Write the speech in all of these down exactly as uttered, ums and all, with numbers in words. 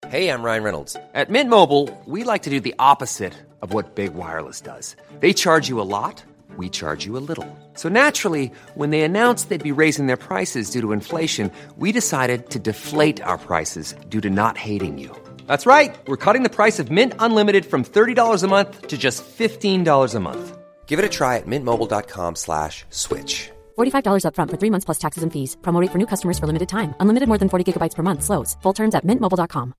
Hey, I'm Ryan Reynolds. At Mint Mobile, we like to do the opposite of what Big Wireless does. They charge you a lot, we charge you a little. So naturally, when they announced they'd be raising their prices due to inflation, we decided to deflate our prices due to not hating you. That's right. We're cutting the price of Mint Unlimited from thirty dollars a month to just fifteen dollars a month. Give it a try at mintmobile.com slash switch. forty-five dollars up front for three months plus taxes and fees. Promo rate for new customers for limited time. Unlimited more than forty gigabytes per month. Slows full terms at mint mobile dot com.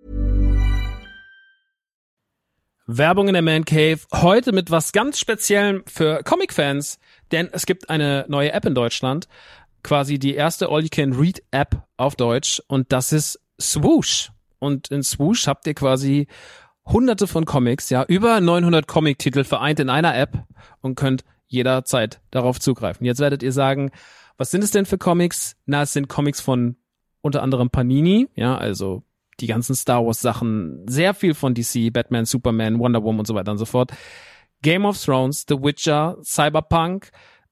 Werbung in der Man Cave. Heute mit was ganz Speziellem für Comic-Fans. Denn es gibt eine neue App in Deutschland. Quasi die erste All-You-Can-Read-App auf Deutsch. Und das ist Swoosh. Und in Swoosh habt ihr quasi hunderte von Comics. Ja, über neunhundert Comic-Titel vereint in einer App. Und könnt jederzeit darauf zugreifen. Jetzt werdet ihr sagen, was sind es denn für Comics? Na, es sind Comics von unter anderem Panini. Ja, also die ganzen Star Wars Sachen, sehr viel von D C, Batman, Superman, Wonder Woman und so weiter und so fort. Game of Thrones, The Witcher, Cyberpunk,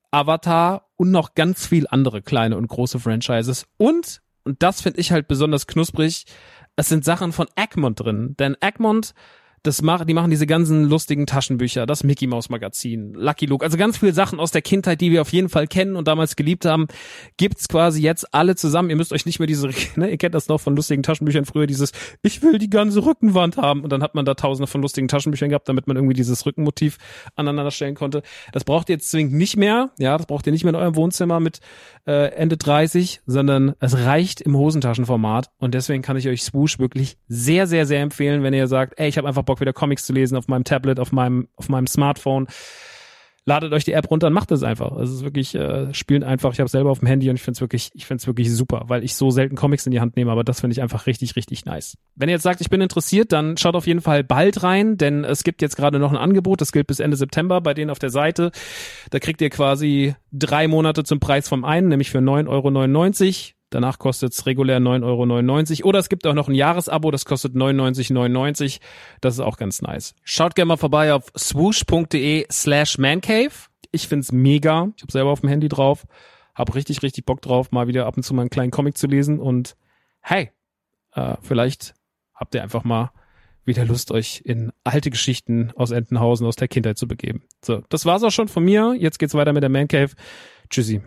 Avatar und noch ganz viel andere kleine und große Franchises. Und, und das finde ich halt besonders knusprig, es sind Sachen von Egmont drin. Denn Egmont, das macht, die machen diese ganzen lustigen Taschenbücher, das Mickey Mouse Magazin, Lucky Luke, also ganz viele Sachen aus der Kindheit, die wir auf jeden Fall kennen und damals geliebt haben, gibt's quasi jetzt alle zusammen. Ihr müsst euch nicht mehr diese, ne, ihr kennt das noch von lustigen Taschenbüchern früher, dieses, ich will die ganze Rückenwand haben, und dann hat man da tausende von lustigen Taschenbüchern gehabt, damit man irgendwie dieses Rückenmotiv aneinander stellen konnte. Das braucht ihr jetzt zwingend nicht mehr, ja, das braucht ihr nicht mehr in eurem Wohnzimmer mit äh, Ende dreißig, sondern es reicht im Hosentaschenformat, und deswegen kann ich euch Swoosh wirklich sehr, sehr, sehr empfehlen, wenn ihr sagt, ey, ich habe einfach Bock wieder Comics zu lesen auf meinem Tablet, auf meinem auf meinem Smartphone. Ladet euch die App runter und macht es einfach. Es ist wirklich äh, spielend einfach. Ich habe es selber auf dem Handy und ich finde es wirklich, ich finde es wirklich super, weil ich so selten Comics in die Hand nehme, aber das finde ich einfach richtig, richtig nice. Wenn ihr jetzt sagt, ich bin interessiert, dann schaut auf jeden Fall bald rein, denn es gibt jetzt gerade noch ein Angebot, das gilt bis Ende September bei denen auf der Seite. Da kriegt ihr quasi drei Monate zum Preis vom einen, nämlich für neun Euro neunundneunzig. Danach kostet es regulär neun Euro neunundneunzig. Oder es gibt auch noch ein Jahresabo, das kostet neunundneunzig neunundneunzig. Das ist auch ganz nice. Schaut gerne mal vorbei auf swoosh.de slash mancave. Ich find's mega. Ich habe selber auf dem Handy drauf. Hab richtig, richtig Bock drauf, mal wieder ab und zu mal einen kleinen Comic zu lesen. Und hey, äh, vielleicht habt ihr einfach mal wieder Lust, euch in alte Geschichten aus Entenhausen, aus der Kindheit zu begeben. So, das war's auch schon von mir. Jetzt geht's weiter mit der Man Cave. Tschüssi.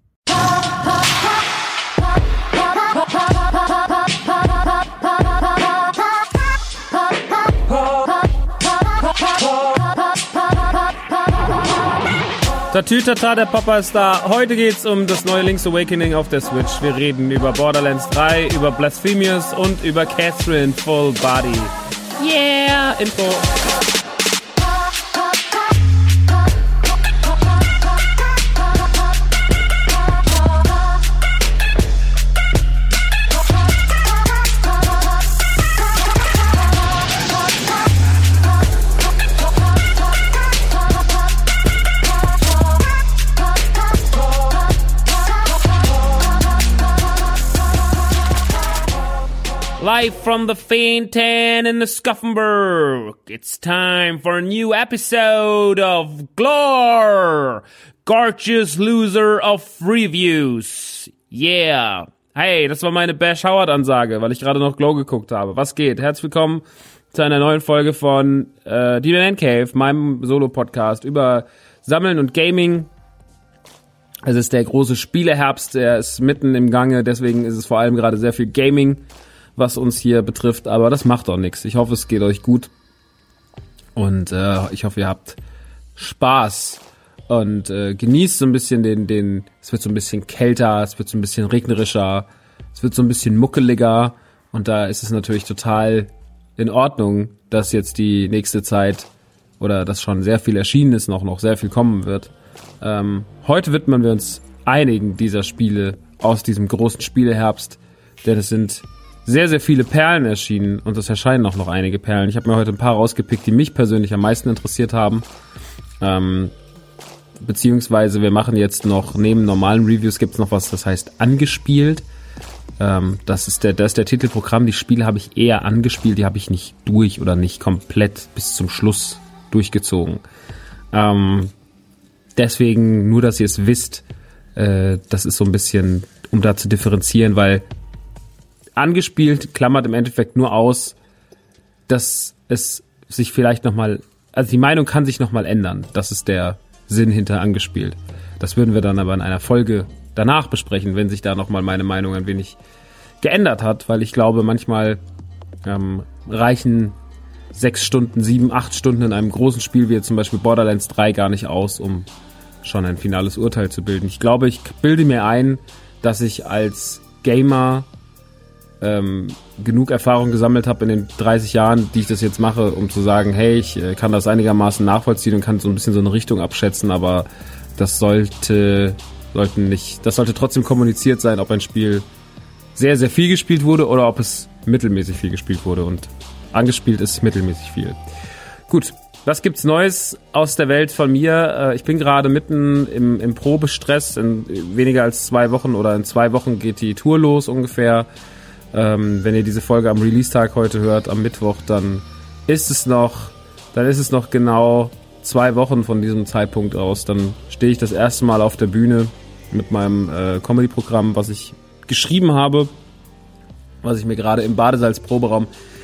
Tatütata, der Papa ist da. Heute geht's um das neue Link's Awakening auf der Switch. Wir reden über Borderlands drei, über Blasphemous und über Catherine Full Body. Yeah! Intro. Live from the Faintan in the Scuffenberg. It's time for a new episode of Glore, Gorgeous Loser of Reviews. Yeah. Hey, das war meine Bash Howard-Ansage, weil ich gerade noch Glow geguckt habe. Was geht? Herzlich willkommen zu einer neuen Folge von äh, die Man Cave, meinem Solo-Podcast über Sammeln und Gaming. Es ist der große Spieleherbst, der ist mitten im Gange, deswegen ist es vor allem gerade sehr viel Gaming, was uns hier betrifft, aber das macht auch nichts. Ich hoffe, es geht euch gut und äh, ich hoffe, ihr habt Spaß und äh, genießt so ein bisschen den, den, es wird so ein bisschen kälter, es wird so ein bisschen regnerischer, es wird so ein bisschen muckeliger, und da ist es natürlich total in Ordnung, dass jetzt die nächste Zeit oder dass schon sehr viel erschienen ist, noch, noch sehr viel kommen wird. Ähm, heute widmen wir uns einigen dieser Spiele aus diesem großen Spieleherbst, denn es sind sehr, sehr viele Perlen erschienen und es erscheinen auch noch einige Perlen. Ich habe mir heute ein paar rausgepickt, die mich persönlich am meisten interessiert haben. Ähm, beziehungsweise wir machen jetzt noch, neben normalen Reviews gibt es noch was, das heißt angespielt. Ähm, das ist der, das ist der Titelprogramm. Die Spiele habe ich eher angespielt, die habe ich nicht durch oder nicht komplett bis zum Schluss durchgezogen. Ähm, deswegen, nur dass ihr es wisst, äh, das ist so ein bisschen, um da zu differenzieren, weil angespielt klammert im Endeffekt nur aus, dass es sich vielleicht nochmal, also die Meinung kann sich nochmal ändern. Das ist der Sinn hinter angespielt. Das würden wir dann aber in einer Folge danach besprechen, wenn sich da nochmal meine Meinung ein wenig geändert hat, weil ich glaube, manchmal ähm, reichen sechs Stunden, sieben, acht Stunden in einem großen Spiel wie jetzt zum Beispiel Borderlands drei gar nicht aus, um schon ein finales Urteil zu bilden. Ich glaube, ich bilde mir ein, dass ich als Gamer ähm, genug Erfahrung gesammelt habe in den dreißig Jahren, die ich das jetzt mache, um zu sagen, hey, ich äh, kann das einigermaßen nachvollziehen und kann so ein bisschen so eine Richtung abschätzen, aber das sollte, sollten nicht, das sollte trotzdem kommuniziert sein, ob ein Spiel sehr, sehr viel gespielt wurde oder ob es mittelmäßig viel gespielt wurde, und angespielt ist mittelmäßig viel. Gut, was gibt's Neues aus der Welt von mir? Ich bin gerade mitten im, im Probestress. In weniger als zwei Wochen oder in zwei Wochen geht die Tour los ungefähr. Ähm, wenn ihr diese Folge am Release-Tag heute hört, am Mittwoch, dann ist es noch, dann ist es noch genau zwei Wochen von diesem Zeitpunkt aus. Dann stehe ich das erste Mal auf der Bühne mit meinem äh, Comedy-Programm, was ich geschrieben habe, was ich mir gerade im Badesalz-Proberaum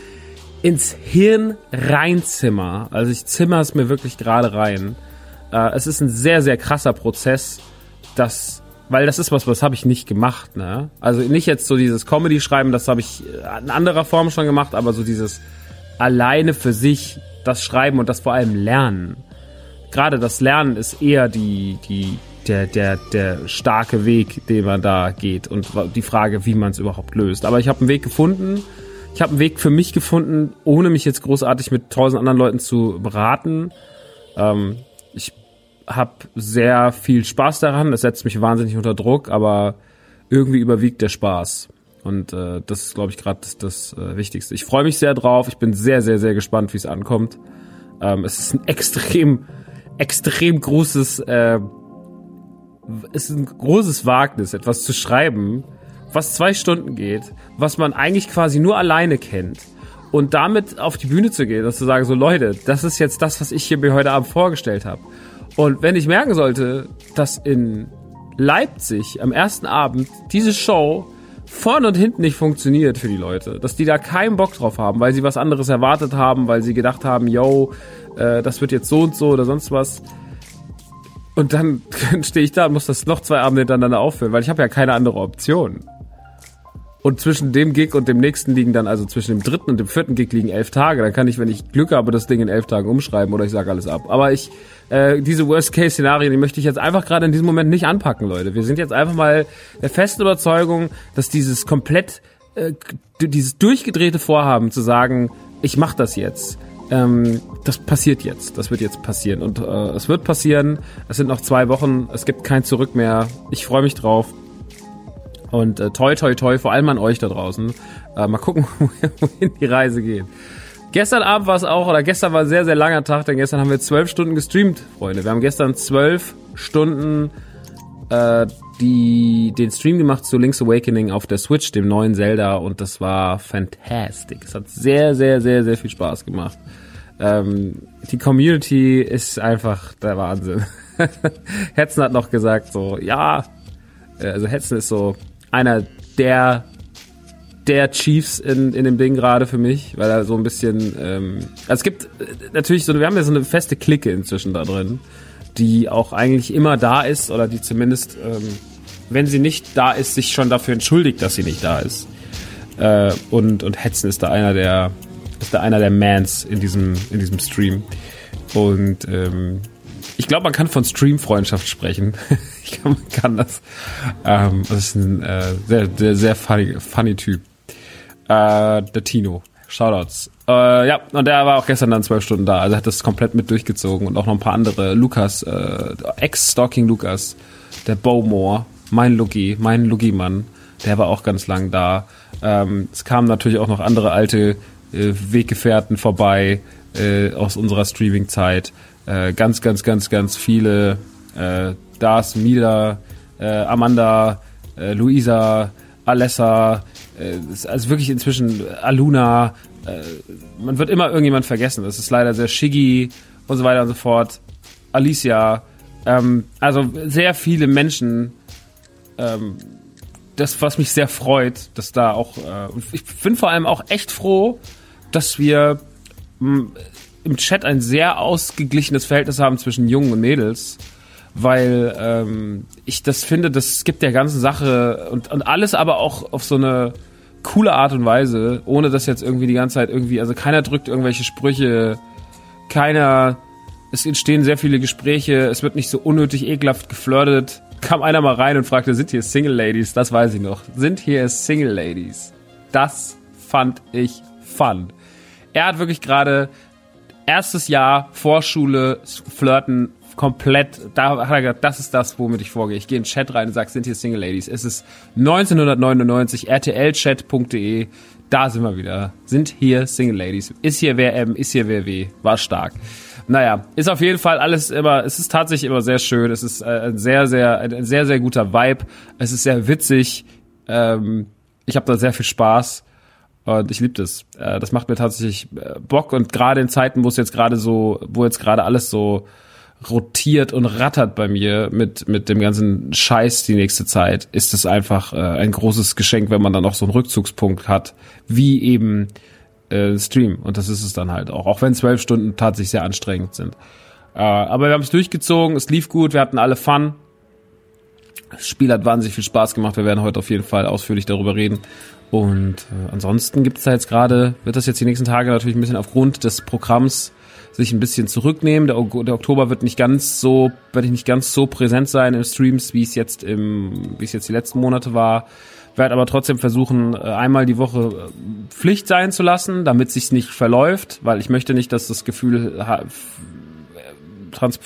ins Hirn reinzimmer. Also ich zimmer es mir wirklich gerade rein. Äh, es ist ein sehr, sehr krasser Prozess, das, weil das ist was, was habe ich nicht gemacht, ne? Also nicht jetzt so dieses Comedy-Schreiben, das habe ich in anderer Form schon gemacht, aber so dieses alleine für sich das Schreiben und das vor allem Lernen. Gerade das Lernen ist eher die, die, der, der, der starke Weg, den man da geht, und die Frage, wie man es überhaupt löst. Aber ich habe einen Weg gefunden. Ich habe einen Weg für mich gefunden, ohne mich jetzt großartig mit tausend anderen Leuten zu beraten. Ähm, ich habe sehr viel Spaß daran. Es setzt mich wahnsinnig unter Druck, aber irgendwie überwiegt der Spaß. Und äh, das ist, glaube ich, gerade das, das äh, Wichtigste. Ich freue mich sehr drauf. Ich bin sehr, sehr, sehr gespannt, wie es ankommt. Ähm, es ist ein extrem, extrem großes, äh, es ist ein großes Wagnis, etwas zu schreiben, was zwei Stunden geht, was man eigentlich quasi nur alleine kennt, und damit auf die Bühne zu gehen und zu sagen, so Leute, das ist jetzt das, was ich hier mir heute Abend vorgestellt habe. Und wenn ich merken sollte, dass in Leipzig am ersten Abend diese Show vorne und hinten nicht funktioniert für die Leute, dass die da keinen Bock drauf haben, weil sie was anderes erwartet haben, weil sie gedacht haben, yo, äh, das wird jetzt so und so oder sonst was, und dann stehe ich da und muss das noch zwei Abende hintereinander aufführen, weil ich habe ja keine andere Option. Und zwischen dem Gig und dem nächsten liegen dann, also zwischen dem dritten und dem vierten Gig liegen elf Tage. Dann kann ich, wenn ich Glück habe, das Ding in elf Tagen umschreiben oder ich sage alles ab. Aber ich, äh, diese Worst-Case-Szenarien, die möchte ich jetzt einfach gerade in diesem Moment nicht anpacken, Leute. Wir sind jetzt einfach mal der festen Überzeugung, dass dieses komplett, äh, dieses durchgedrehte Vorhaben zu sagen, ich mach das jetzt, ähm, das passiert jetzt. Das wird jetzt passieren. Und äh, es wird passieren. Es sind noch zwei Wochen. Es gibt kein Zurück mehr. Ich freue mich drauf. Und äh, toi, toi, toi, vor allem an euch da draußen. Äh, mal gucken, wohin die Reise geht. Gestern Abend war es auch, oder gestern war ein sehr, sehr langer Tag, denn gestern haben wir zwölf Stunden gestreamt, Freunde. Wir haben gestern zwölf Stunden äh, die, den Stream gemacht zu Link's Awakening auf der Switch, dem neuen Zelda, und das war fantastic. Es hat sehr, sehr, sehr, sehr viel Spaß gemacht. Ähm, die Community ist einfach der Wahnsinn. Hetzen hat noch gesagt so, ja, also Hetzen ist so einer der der Chiefs in in dem Ding gerade für mich, weil er so ein bisschen, ähm, also es gibt natürlich so, wir haben ja so eine feste Clique inzwischen da drin, die auch eigentlich immer da ist, oder die zumindest, ähm, wenn sie nicht da ist, sich schon dafür entschuldigt, dass sie nicht da ist. Äh, und und Hetzen ist da einer der ist da einer der Mans in diesem in diesem Stream. Und ähm, ich glaube, man kann von Stream-Freundschaft sprechen. ich kann, man kann das. Ähm, das ist ein äh, sehr, sehr, sehr funny, funny Typ. Äh, der Tino. Shoutouts. Äh, ja, und der war auch gestern dann zwölf Stunden da. Also hat das komplett mit durchgezogen. Und auch noch ein paar andere. Lukas, äh, Ex-Stalking Lukas, der Bowmore, mein Lugi, mein Lugi-Mann, der war auch ganz lang da. Ähm, es kamen natürlich auch noch andere alte äh, Weggefährten vorbei äh, aus unserer Streaming-Zeit. Äh, ganz, ganz, ganz, ganz viele äh, Das, Mila, äh, Amanda, äh, Luisa, Alessa, äh, also wirklich inzwischen Aluna, äh, man wird immer irgendjemand vergessen. Das ist leider sehr Shiggy und so weiter und so fort. Alicia, ähm, also sehr viele Menschen, ähm, das, was mich sehr freut, dass da auch, äh, ich bin vor allem auch echt froh, dass wir m, im Chat ein sehr ausgeglichenes Verhältnis haben zwischen Jungen und Mädels, weil ähm, ich das finde, das gibt der ganzen Sache und, und alles aber auch auf so eine coole Art und Weise, ohne dass jetzt irgendwie die ganze Zeit irgendwie, also keiner drückt irgendwelche Sprüche, keiner, es entstehen sehr viele Gespräche, es wird nicht so unnötig ekelhaft geflirtet. Kam einer mal rein und fragte, sind hier Single Ladies? Das weiß ich noch. Sind hier Single Ladies? Das fand ich fun. Er hat wirklich gerade erstes Jahr Vorschule, Flirten, komplett, da hat er gesagt, das ist das, womit ich vorgehe. Ich gehe in den Chat rein und sage, sind hier Single Ladies? Es ist neunzehnhundertneunundneunzig, r t l chat punkt d e, da sind wir wieder. Sind hier Single Ladies? Ist hier wer M, ist hier wer W? War stark. Naja, ist auf jeden Fall alles immer, es ist tatsächlich immer sehr schön, es ist äh, ein sehr, sehr, ein sehr, sehr guter Vibe, es ist sehr witzig, ähm, ich habe da sehr viel Spaß und ich liebe das. Äh, das macht mir tatsächlich äh, Bock und gerade in Zeiten, wo es jetzt gerade so, wo jetzt gerade alles so rotiert und rattert bei mir mit mit dem ganzen Scheiß die nächste Zeit, ist es einfach äh, ein großes Geschenk, wenn man dann auch so einen Rückzugspunkt hat, wie eben äh, Stream. Und das ist es dann halt auch, auch wenn zwölf Stunden tatsächlich sehr anstrengend sind. Äh, aber wir haben es durchgezogen, es lief gut, wir hatten alle Fun. Das Spiel hat wahnsinnig viel Spaß gemacht, wir werden heute auf jeden Fall ausführlich darüber reden. Und äh, ansonsten gibt's da jetzt gerade, wird das jetzt die nächsten Tage natürlich ein bisschen aufgrund des Programms sich ein bisschen zurücknehmen. Der, der Oktober wird nicht ganz so, werde ich nicht ganz so präsent sein im Streams, wie es jetzt im, wie es jetzt die letzten Monate war. Werde aber trotzdem versuchen, einmal die Woche Pflicht sein zu lassen, damit sich's nicht verläuft, weil ich möchte nicht, dass das Gefühl trans,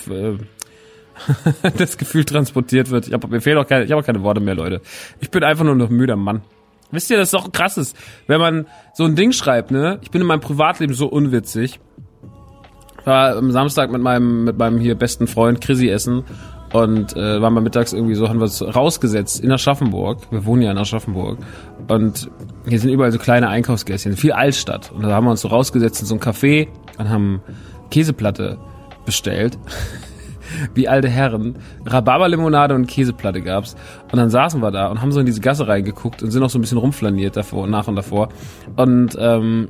das Gefühl transportiert wird. Ich hab, mir fehlen auch keine, ich habe auch keine Worte mehr, Leute. Ich bin einfach nur noch müder Mann. Wisst ihr, das ist doch krass ist, wenn man so ein Ding schreibt, ne? Ich bin in meinem Privatleben so unwitzig. Ich war am Samstag mit meinem mit meinem hier besten Freund Chrissy essen und äh, waren wir mittags irgendwie so, haben wir es rausgesetzt in Aschaffenburg. Wir wohnen ja in Aschaffenburg und hier sind überall so kleine Einkaufsgässchen, viel Altstadt. Und da haben wir uns so rausgesetzt in so ein Café und haben Käseplatte bestellt. Wie alte Herren. Rhabarberlimonade und Käseplatte gab's. Und dann saßen wir da und haben so in diese Gasse reingeguckt und sind auch so ein bisschen rumflaniert davor und nach und davor. Und ähm,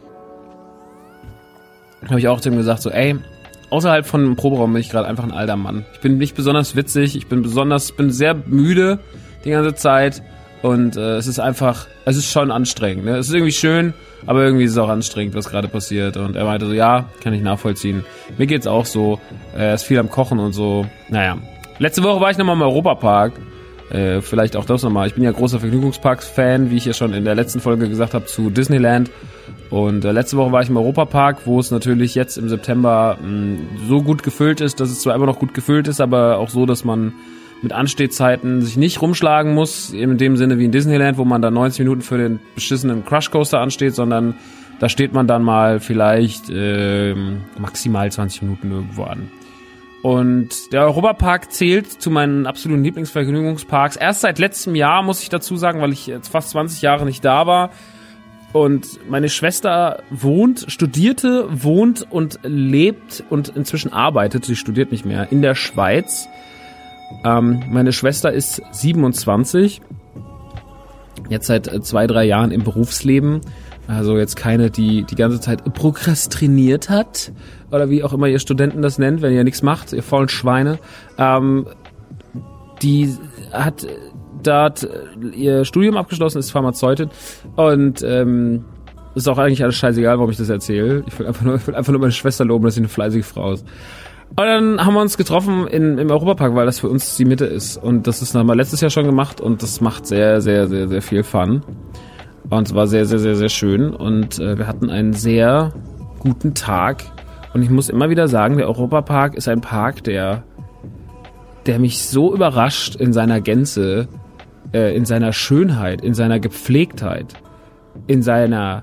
habe ich auch zu ihm gesagt, so, ey, außerhalb von einem Proberaum bin ich gerade einfach ein alter Mann. Ich bin nicht besonders witzig, ich bin besonders, bin sehr müde die ganze Zeit und äh, es ist einfach, es ist schon anstrengend. Ne? Es ist irgendwie schön, aber irgendwie ist es auch anstrengend, was gerade passiert. Und er meinte so, ja, kann ich nachvollziehen. Mir geht's auch so, er ist viel am Kochen und so. Naja, letzte Woche war ich nochmal im Europapark. Äh, vielleicht auch das nochmal. Ich bin ja großer Vergnügungsparks-Fan, wie ich ja schon in der letzten Folge gesagt habe, zu Disneyland. Und äh, letzte Woche war ich im Europapark, wo es natürlich jetzt im September mh, so gut gefüllt ist, dass es zwar immer noch gut gefüllt ist, aber auch so, dass man mit Anstehzeiten sich nicht rumschlagen muss, in dem Sinne wie in Disneyland, wo man dann neunzig Minuten für den beschissenen Crush Coaster ansteht, sondern da steht man dann mal vielleicht äh, maximal zwanzig Minuten irgendwo an. Und der Europapark zählt zu meinen absoluten Lieblingsvergnügungsparks. Erst seit letztem Jahr, muss ich dazu sagen, weil ich jetzt fast zwanzig Jahre nicht da war. Und meine Schwester wohnt, studierte, wohnt und lebt und inzwischen arbeitet, sie studiert nicht mehr, in der Schweiz. Ähm, meine Schwester ist siebenundzwanzig, jetzt seit zwei, drei Jahren im Berufsleben. Also jetzt keine, die die ganze Zeit prokrastiniert hat oder wie auch immer ihr Studenten das nennt, wenn ihr nichts macht, ihr faulen Schweine. Ähm, die hat dort ihr Studium abgeschlossen, ist Pharmazeutin und ähm, ist auch eigentlich alles scheißegal, warum ich das erzähle. Ich will einfach nur, ich will einfach nur meine Schwester loben, dass sie eine fleißige Frau ist. Und dann haben wir uns getroffen in, im Europapark, weil das für uns die Mitte ist. Und das ist haben wir letztes Jahr schon gemacht und das macht sehr, sehr, sehr, sehr viel Fun. Und es war sehr, sehr, sehr, sehr schön. Und äh, wir hatten einen sehr guten Tag. Und ich muss immer wieder sagen, der Europapark ist ein Park, der, der mich so überrascht in seiner Gänze, äh, in seiner Schönheit, in seiner Gepflegtheit, in seiner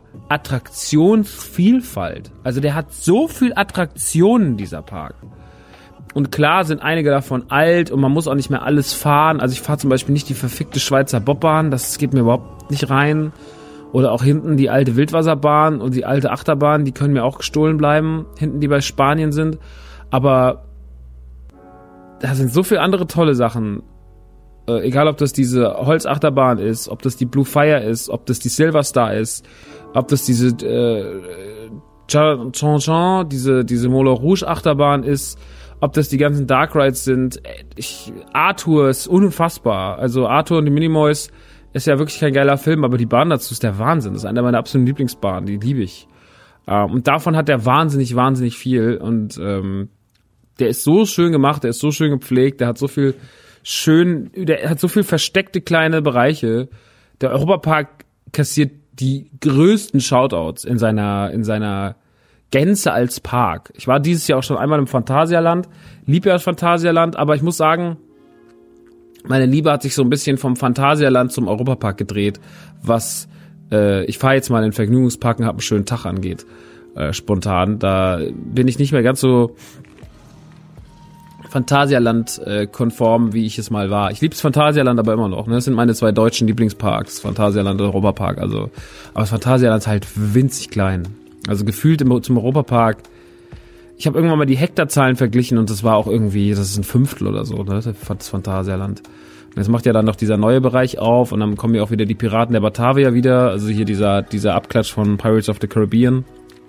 Attraktionsvielfalt. Also der hat so viel Attraktionen, dieser Park. Und klar sind einige davon alt und man muss auch nicht mehr alles fahren. Also ich fahre zum Beispiel nicht die verfickte Schweizer Bobbahn, das geht mir überhaupt nicht rein. Oder auch hinten die alte Wildwasserbahn und die alte Achterbahn, die können mir auch gestohlen bleiben, hinten die bei Spanien sind. Aber da sind so viele andere tolle Sachen. Äh, egal, ob das diese Holzachterbahn ist, ob das die Blue Fire ist, ob das die Silver Star ist, ob das diese äh, Chan-Chan, diese, diese Moulin Rouge Achterbahn ist, ob das die ganzen Dark Rides sind. Ich, Arthur ist unfassbar. Also Arthur und die Minimoys ist ja wirklich kein geiler Film, aber die Bahn dazu ist der Wahnsinn. Das ist einer meiner absoluten Lieblingsbahnen, die liebe ich. Ähm, und davon hat der wahnsinnig, wahnsinnig viel. Und ähm, der ist so schön gemacht, der ist so schön gepflegt, der hat so viel schön, der hat so viel versteckte kleine Bereiche. Der Europapark kassiert die größten Shoutouts in seiner, in seiner Gänze als Park. Ich war dieses Jahr auch schon einmal im Phantasialand, liebe ja das Phantasialand, aber ich muss sagen, meine Liebe hat sich so ein bisschen vom Phantasialand zum Europapark gedreht, was, äh, ich fahre jetzt mal in den Vergnügungspark und hab einen schönen Tag angeht, äh, spontan. Da bin ich nicht mehr ganz so Phantasialand-konform, wie ich es mal war. Ich liebe das Phantasialand aber immer noch. Ne? Das sind meine zwei deutschen Lieblingsparks, Phantasialand und Europapark. Also, aber das Phantasialand ist halt winzig klein. Also gefühlt im, zum Europapark. Ich habe irgendwann mal die Hektarzahlen verglichen und das war auch irgendwie, das ist ein Fünftel oder so, ne? Das Phantasialand. Und jetzt macht ja dann noch dieser neue Bereich auf und dann kommen ja auch wieder die Piraten der Batavia wieder. Also hier dieser, dieser Abklatsch von Pirates of the Caribbean.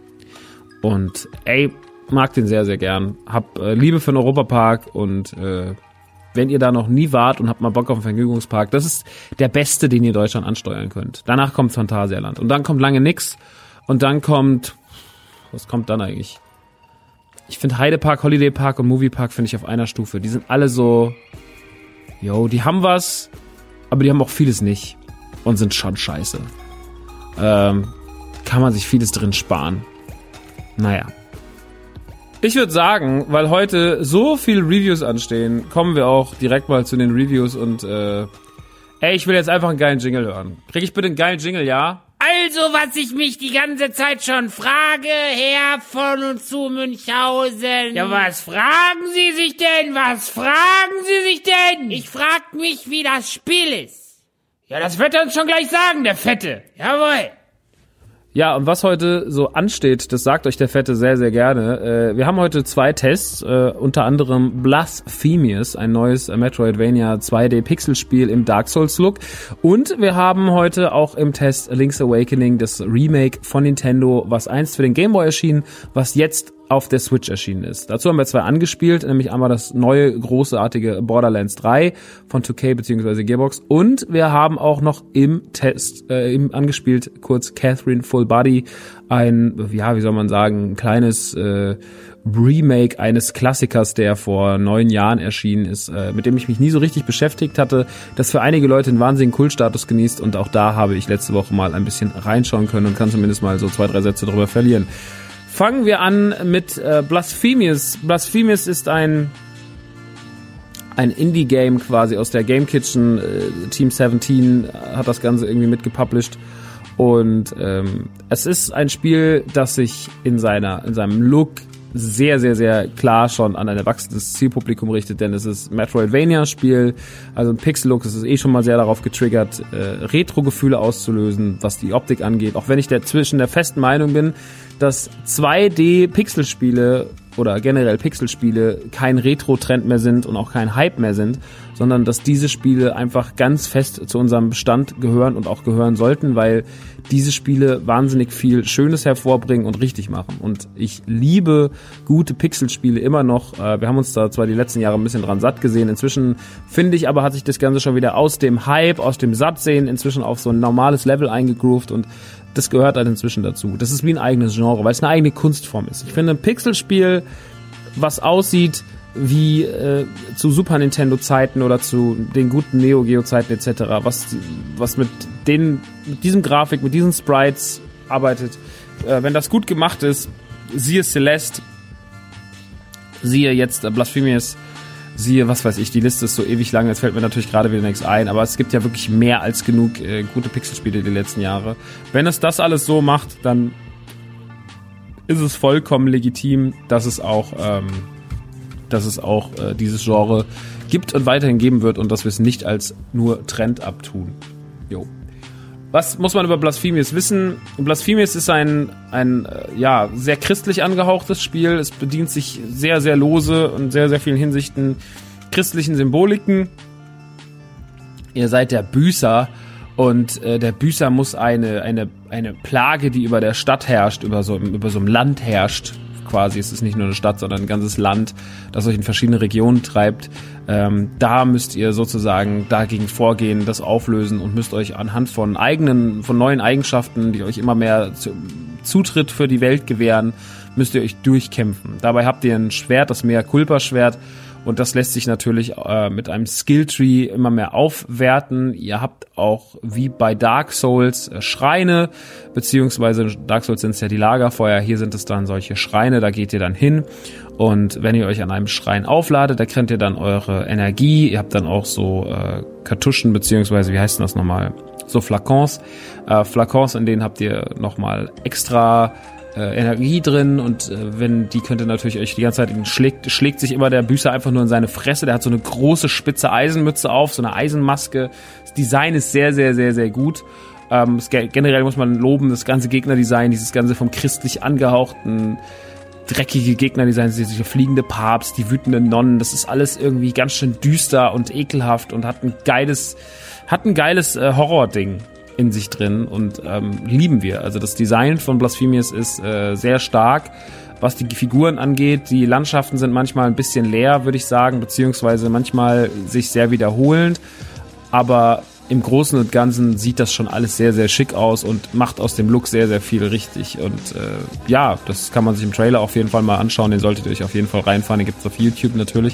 Und ey, mag den sehr, sehr gern. Hab äh, Liebe für den Europapark und äh, wenn ihr da noch nie wart und habt mal Bock auf einen Vergnügungspark, das ist der beste, den ihr Deutschland ansteuern könnt. Danach kommt Phantasialand und dann kommt lange nix und dann kommt, was kommt dann eigentlich? Ich finde Heidepark, Holiday Park und Moviepark finde ich auf einer Stufe. Die sind alle so, yo, die haben was, aber die haben auch vieles nicht und sind schon scheiße. Ähm, kann man sich vieles drin sparen. Naja. Ich würde sagen, weil heute so viele Reviews anstehen, kommen wir auch direkt mal zu den Reviews und äh, ey, ich will jetzt einfach einen geilen Jingle hören. Krieg ich bitte einen geilen Jingle, ja? Also, was ich mich die ganze Zeit schon frage, Herr von und zu Münchhausen. Ja, was fragen Sie sich denn? Was fragen Sie sich denn? Ich frag mich, wie das Spiel ist. Ja, das wird er uns schon gleich sagen, der Fette. Jawohl. Ja, und was heute so ansteht, das sagt euch der Fette sehr, sehr gerne. Äh, wir haben heute zwei Tests, äh, unter anderem Blasphemous, ein neues Metroidvania zwei D-Pixel-Spiel im Dark Souls-Look. Und wir haben heute auch im Test Link's Awakening, das Remake von Nintendo, was einst für den Game Boy erschien, was jetzt auf der Switch erschienen ist. Dazu haben wir zwei angespielt, nämlich einmal das neue, großartige Borderlands drei von zwei K bzw. Gearbox und wir haben auch noch im Test äh, im angespielt, kurz Catherine Full Body, ein, ja, wie soll man sagen, ein kleines äh, Remake eines Klassikers, der vor neun Jahren erschienen ist, äh, mit dem ich mich nie so richtig beschäftigt hatte, das für einige Leute einen wahnsinnigen Kultstatus genießt und auch da habe ich letzte Woche mal ein bisschen reinschauen können und kann zumindest mal so zwei, drei Sätze darüber verlieren. Fangen wir an mit äh, Blasphemous. Blasphemous ist ein ein Indie-Game quasi aus der Game Kitchen. Äh, Team siebzehn hat das Ganze irgendwie mitgepublished. Und ähm, es ist ein Spiel, das sich in seiner in seinem Look sehr, sehr, sehr klar schon an ein erwachsenes Zielpublikum richtet, denn es ist ein Metroidvania-Spiel, also ein Pixel-Look, es ist eh schon mal sehr darauf getriggert, äh, Retro-Gefühle auszulösen, was die Optik angeht, auch wenn ich dazwischen der festen Meinung bin, dass zwei D-Pixelspiele oder generell Pixelspiele kein Retro-Trend mehr sind und auch kein Hype mehr sind, sondern dass diese Spiele einfach ganz fest zu unserem Bestand gehören und auch gehören sollten, weil diese Spiele wahnsinnig viel Schönes hervorbringen und richtig machen. Und ich liebe gute Pixelspiele immer noch. Wir haben uns da zwar die letzten Jahre ein bisschen dran satt gesehen. Inzwischen, finde ich, aber hat sich das Ganze schon wieder aus dem Hype, aus dem Sattsehen inzwischen auf so ein normales Level eingegroovt und das gehört halt inzwischen dazu. Das ist wie ein eigenes Genre, weil es eine eigene Kunstform ist. Ich finde ein Pixelspiel, was aussieht wie äh, zu Super Nintendo Zeiten oder zu den guten Neo Geo Zeiten et cetera, was was mit den mit diesem Grafik, mit diesen Sprites arbeitet. Äh, wenn das gut gemacht ist, siehe Celeste, siehe jetzt äh, Blasphemous, siehe, was weiß ich, die Liste ist so ewig lang, jetzt fällt mir natürlich gerade wieder nichts ein, aber es gibt ja wirklich mehr als genug äh, gute Pixelspiele die letzten Jahre. Wenn es das alles so macht, dann ist es vollkommen legitim, dass es auch ähm, dass es auch äh, dieses Genre gibt und weiterhin geben wird und dass wir es nicht als nur Trend abtun. Jo. Was muss man über Blasphemous wissen? Blasphemous ist ein, ein äh, ja, sehr christlich angehauchtes Spiel. Es bedient sich sehr, sehr lose und sehr, sehr vielen Hinsichten christlichen Symboliken. Ihr seid der Büßer und äh, der Büßer muss eine eine eine Plage, die über der Stadt herrscht, über so über so einem Land herrscht, quasi, es ist nicht nur eine Stadt, sondern ein ganzes Land, das euch in verschiedene Regionen treibt. Ähm, da müsst ihr sozusagen dagegen vorgehen, das auflösen und müsst euch anhand von eigenen, von neuen Eigenschaften, die euch immer mehr zu, Zutritt für die Welt gewähren, müsst ihr euch durchkämpfen. Dabei habt ihr ein Schwert, das Mea-Culpa-Schwert, und das lässt sich natürlich äh, mit einem Skilltree immer mehr aufwerten. Ihr habt auch, wie bei Dark Souls, äh, Schreine, beziehungsweise Dark Souls sind es ja die Lagerfeuer, hier sind es dann solche Schreine, da geht ihr dann hin. Und wenn ihr euch an einem Schrein aufladet, da kriegt ihr dann eure Energie. Ihr habt dann auch so äh, Kartuschen, beziehungsweise, wie heißt denn das nochmal? So Flakons. Äh, Flakons, in denen habt ihr nochmal extra äh, Energie drin. Und äh, wenn die könnt ihr natürlich euch die ganze Zeit, schlägt, schlägt sich immer der Büßer einfach nur in seine Fresse. Der hat so eine große, spitze Eisenmütze auf, so eine Eisenmaske. Das Design ist sehr, sehr, sehr, sehr gut. Ähm, es, generell muss man loben, das ganze Gegnerdesign, dieses ganze vom christlich angehauchten dreckige Gegnerdesign, dieser fliegende Papst, die wütenden Nonnen, das ist alles irgendwie ganz schön düster und ekelhaft und hat ein geiles, hat ein geiles äh, Horror-Ding in sich drin und ähm, lieben wir. Also das Design von Blasphemous ist äh, sehr stark, was die Figuren angeht. Die Landschaften sind manchmal ein bisschen leer, würde ich sagen, beziehungsweise manchmal sich sehr wiederholend, aber im Großen und Ganzen sieht das schon alles sehr, sehr schick aus und macht aus dem Look sehr, sehr viel richtig. Und äh, ja, das kann man sich im Trailer auf jeden Fall mal anschauen. Den solltet ihr euch auf jeden Fall reinfahren. Den gibt's auf YouTube natürlich.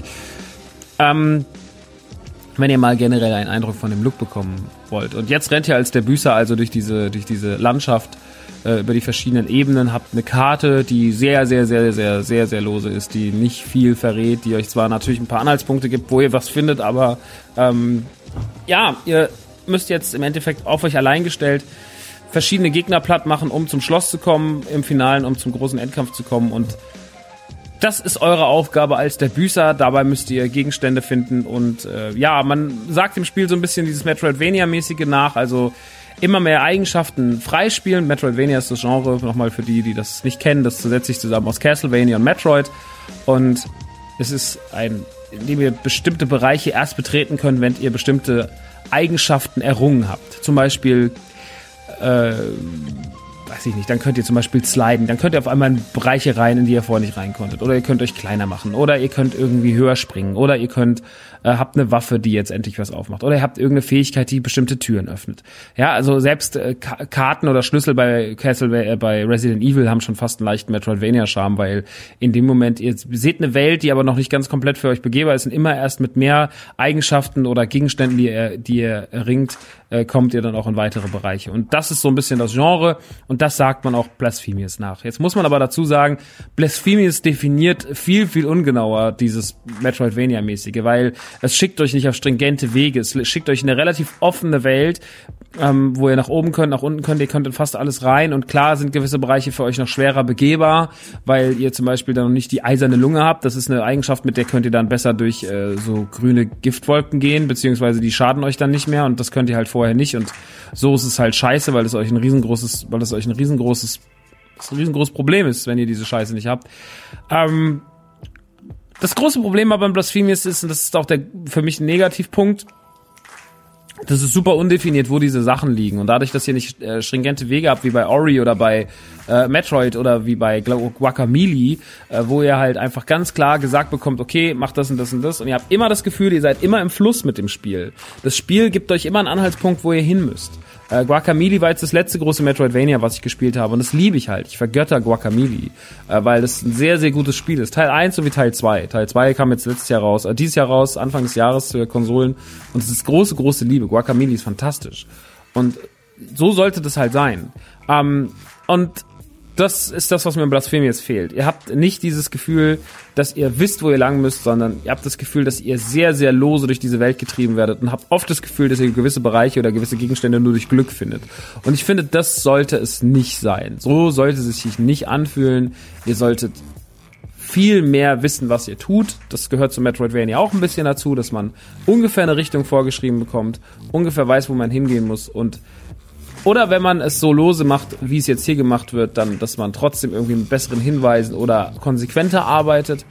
Ähm, wenn ihr mal generell einen Eindruck von dem Look bekommen wollt. Und jetzt rennt ihr als der Büßer also durch diese, durch diese Landschaft, äh, über die verschiedenen Ebenen, habt eine Karte, die sehr, sehr, sehr, sehr, sehr, sehr lose ist, die nicht viel verrät, die euch zwar natürlich ein paar Anhaltspunkte gibt, wo ihr was findet, aber ähm, ja, ihr müsst jetzt im Endeffekt auf euch allein gestellt verschiedene Gegner platt machen, um zum Schloss zu kommen, im Finalen, um zum großen Endkampf zu kommen, und das ist eure Aufgabe als der Büßer. Dabei müsst ihr Gegenstände finden und äh, ja, man sagt im Spiel so ein bisschen dieses Metroidvania-mäßige nach, also immer mehr Eigenschaften freispielen. Metroidvania ist das Genre, nochmal für die, die das nicht kennen, das setzt sich zusammen aus Castlevania und Metroid, und es ist ein, in dem ihr bestimmte Bereiche erst betreten könnt, wenn ihr bestimmte Eigenschaften errungen habt. Zum Beispiel, äh, weiß ich nicht, dann könnt ihr zum Beispiel sliden, dann könnt ihr auf einmal in Bereiche rein, in die ihr vorher nicht rein konntet. Oder ihr könnt euch kleiner machen. Oder ihr könnt irgendwie höher springen. Oder ihr könnt, äh, habt eine Waffe, die jetzt endlich was aufmacht. Oder ihr habt irgendeine Fähigkeit, die bestimmte Türen öffnet. Ja, also selbst äh, Ka- Karten oder Schlüssel bei Castle, äh, bei Resident Evil haben schon fast einen leichten Metroidvania-Charme, weil in dem Moment, ihr seht eine Welt, die aber noch nicht ganz komplett für euch begehbar ist, und immer erst mit mehr Eigenschaften oder Gegenständen, die ihr, die ihr erringt, äh, kommt ihr dann auch in weitere Bereiche. Und das ist so ein bisschen das Genre, und das sagt man auch Blasphemous nach. Jetzt muss man aber dazu sagen, Blasphemous definiert viel, viel ungenauer dieses Metroidvania-mäßige, weil es schickt euch nicht auf stringente Wege, es schickt euch in eine relativ offene Welt, ähm, wo ihr nach oben könnt, nach unten könnt, ihr könnt in fast alles rein, und klar sind gewisse Bereiche für euch noch schwerer begehbar, weil ihr zum Beispiel dann noch nicht die eiserne Lunge habt. Das ist eine Eigenschaft, mit der könnt ihr dann besser durch äh, so grüne Giftwolken gehen, beziehungsweise die schaden euch dann nicht mehr, und das könnt ihr halt vorher nicht, und so ist es halt scheiße, weil es euch ein riesengroßes, weil es euch ein riesengroßes, ein riesengroßes Problem ist, wenn ihr diese Scheiße nicht habt. Ähm, das große Problem aber beim Blasphemous ist, und das ist auch der für mich ein Negativpunkt, das ist super undefiniert, wo diese Sachen liegen. Und dadurch, dass ihr nicht äh, stringente Wege habt, wie bei Ori oder bei äh, Metroid oder wie bei Guacamelee, äh, wo ihr halt einfach ganz klar gesagt bekommt, okay, macht das und das und das. Und ihr habt immer das Gefühl, ihr seid immer im Fluss mit dem Spiel. Das Spiel gibt euch immer einen Anhaltspunkt, wo ihr hin müsst. Äh, Guacamelee war jetzt das letzte große Metroidvania, was ich gespielt habe, und das liebe ich halt. Ich vergötter Guacamelee, äh, weil das ein sehr, sehr gutes Spiel ist. Teil eins sowie Teil zwei. Teil zwei kam jetzt letztes Jahr raus, äh, dieses Jahr raus, Anfang des Jahres für Konsolen, und es ist große, große Liebe. Guacamelee ist fantastisch. Und so sollte das halt sein. Ähm, und das ist das, was mir in Blasphemous fehlt. Ihr habt nicht dieses Gefühl, dass ihr wisst, wo ihr lang müsst, sondern ihr habt das Gefühl, dass ihr sehr, sehr lose durch diese Welt getrieben werdet, und habt oft das Gefühl, dass ihr gewisse Bereiche oder gewisse Gegenstände nur durch Glück findet. Und ich finde, das sollte es nicht sein. So sollte es sich nicht anfühlen. Ihr solltet viel mehr wissen, was ihr tut. Das gehört zu Metroidvania auch ein bisschen dazu, dass man ungefähr eine Richtung vorgeschrieben bekommt, ungefähr weiß, wo man hingehen muss, und oder wenn man es so lose macht, wie es jetzt hier gemacht wird, dann, dass man trotzdem irgendwie mit besseren Hinweisen oder konsequenter arbeitet.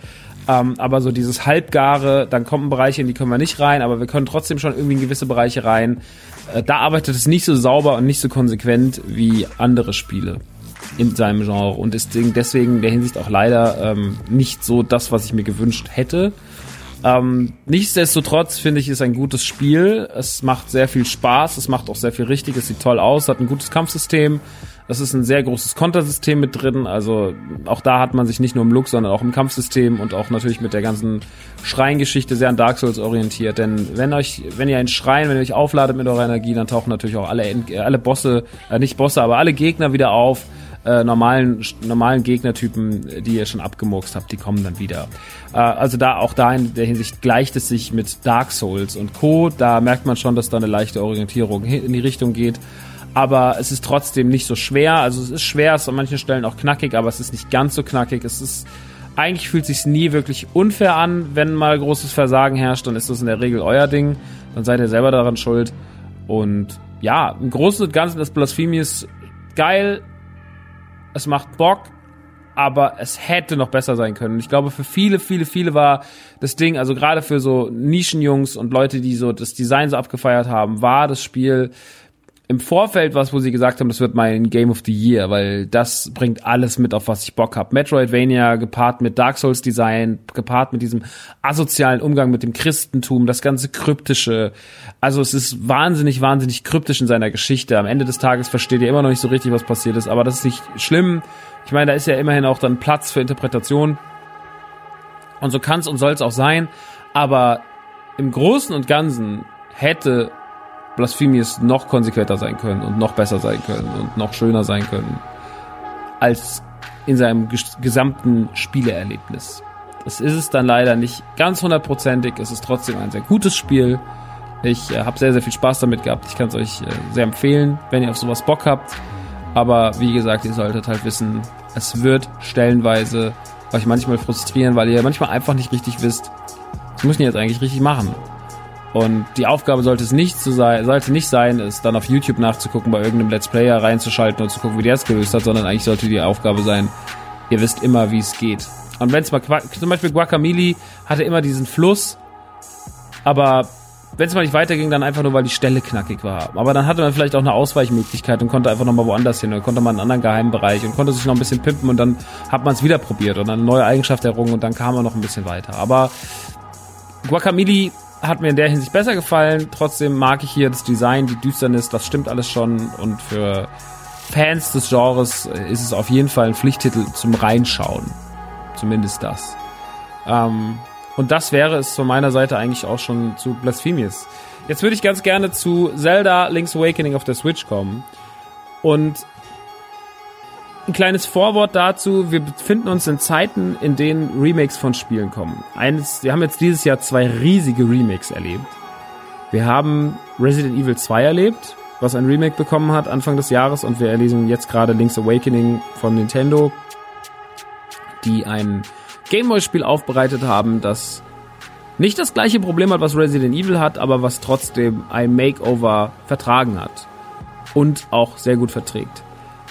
Ähm, aber so dieses Halbgare, dann kommen Bereiche, in die können wir nicht rein, aber wir können trotzdem schon irgendwie in gewisse Bereiche rein. Äh, da arbeitet es nicht so sauber und nicht so konsequent wie andere Spiele in seinem Genre und ist deswegen in der Hinsicht auch leider ähm, nicht so das, was ich mir gewünscht hätte. Ähm, nichtsdestotrotz finde ich, ist ein gutes Spiel. Es macht sehr viel Spaß, es macht auch sehr viel richtig, es sieht toll aus, hat ein gutes Kampfsystem. Es ist ein sehr großes Kontersystem mit drin, also auch da hat man sich nicht nur im Look, sondern auch im Kampfsystem und auch natürlich mit der ganzen Schreingeschichte sehr an Dark Souls orientiert, denn wenn euch, wenn ihr einen Schrein, wenn ihr euch aufladet mit eurer Energie, dann tauchen natürlich auch alle, alle Bosse, äh, nicht Bosse, aber alle Gegner wieder auf, äh, normalen, normalen Gegnertypen, die ihr schon abgemurkst habt, die kommen dann wieder. Äh, also da, auch da in der Hinsicht gleicht es sich mit Dark Souls und Co., da merkt man schon, dass da eine leichte Orientierung in die Richtung geht. Aber es ist trotzdem nicht so schwer. Also es ist schwer, es ist an manchen Stellen auch knackig, aber es ist nicht ganz so knackig. Es ist, eigentlich fühlt es sich nie wirklich unfair an. Wenn mal großes Versagen herrscht, dann ist das in der Regel euer Ding. Dann seid ihr selber daran schuld. Und ja, im Großen und Ganzen ist Blasphemous geil. Es macht Bock, aber es hätte noch besser sein können. Ich glaube, für viele, viele, viele war das Ding, also gerade für so Nischenjungs und Leute, die so das Design so abgefeiert haben, war das Spiel im Vorfeld was, wo sie gesagt haben, das wird mein Game of the Year, weil das bringt alles mit, auf was ich Bock hab. Metroidvania gepaart mit Dark Souls Design, gepaart mit diesem asozialen Umgang mit dem Christentum, das ganze Kryptische. Also es ist wahnsinnig, wahnsinnig kryptisch in seiner Geschichte. Am Ende des Tages versteht ihr immer noch nicht so richtig, was passiert ist, aber das ist nicht schlimm. Ich meine, da ist ja immerhin auch dann Platz für Interpretation. Und so kann's und soll's auch sein. Aber im Großen und Ganzen hätte Blasphemous noch konsequenter sein können und noch besser sein können und noch schöner sein können als in seinem ges- gesamten Spieleerlebnis. Das ist es dann leider nicht ganz hundertprozentig. Es ist trotzdem ein sehr gutes Spiel. Ich äh, habe sehr, sehr viel Spaß damit gehabt. Ich kann es euch äh, sehr empfehlen, wenn ihr auf sowas Bock habt. Aber wie gesagt, ihr solltet halt wissen, es wird stellenweise euch manchmal frustrieren, weil ihr manchmal einfach nicht richtig wisst, was muss ich jetzt eigentlich richtig machen. Und die Aufgabe sollte es nicht so sein, sollte nicht sein, es dann auf YouTube nachzugucken, bei irgendeinem Let's Player reinzuschalten und zu gucken, wie der es gelöst hat, sondern eigentlich sollte die Aufgabe sein, ihr wisst immer, wie es geht. Und wenn es mal, zum Beispiel Guacamelee hatte immer diesen Fluss, aber wenn es mal nicht weiterging, dann einfach nur, weil die Stelle knackig war. Aber dann hatte man vielleicht auch eine Ausweichmöglichkeit und konnte einfach nochmal woanders hin oder konnte man einen anderen geheimen Bereich und konnte sich noch ein bisschen pimpen und dann hat man es wieder probiert und eine neue Eigenschaft errungen und dann kam man noch ein bisschen weiter. Aber Guacamelee hat mir in der Hinsicht besser gefallen. Trotzdem mag ich hier das Design, die Düsternis, das stimmt alles schon. Und für Fans des Genres ist es auf jeden Fall ein Pflichttitel zum Reinschauen. Zumindest das. Ähm, und das wäre es von meiner Seite eigentlich auch schon zu Blasphemous. Jetzt würde ich ganz gerne zu Zelda Link's Awakening auf der Switch kommen. Und ein kleines Vorwort dazu, wir befinden uns in Zeiten, in denen Remakes von Spielen kommen. Eines, wir haben jetzt dieses Jahr zwei riesige Remakes erlebt. Wir haben Resident Evil zwei erlebt, was ein Remake bekommen hat Anfang des Jahres, und wir erleben jetzt gerade Link's Awakening von Nintendo, die ein Gameboy-Spiel aufbereitet haben, das nicht das gleiche Problem hat, was Resident Evil hat, aber was trotzdem ein Makeover vertragen hat und auch sehr gut verträgt.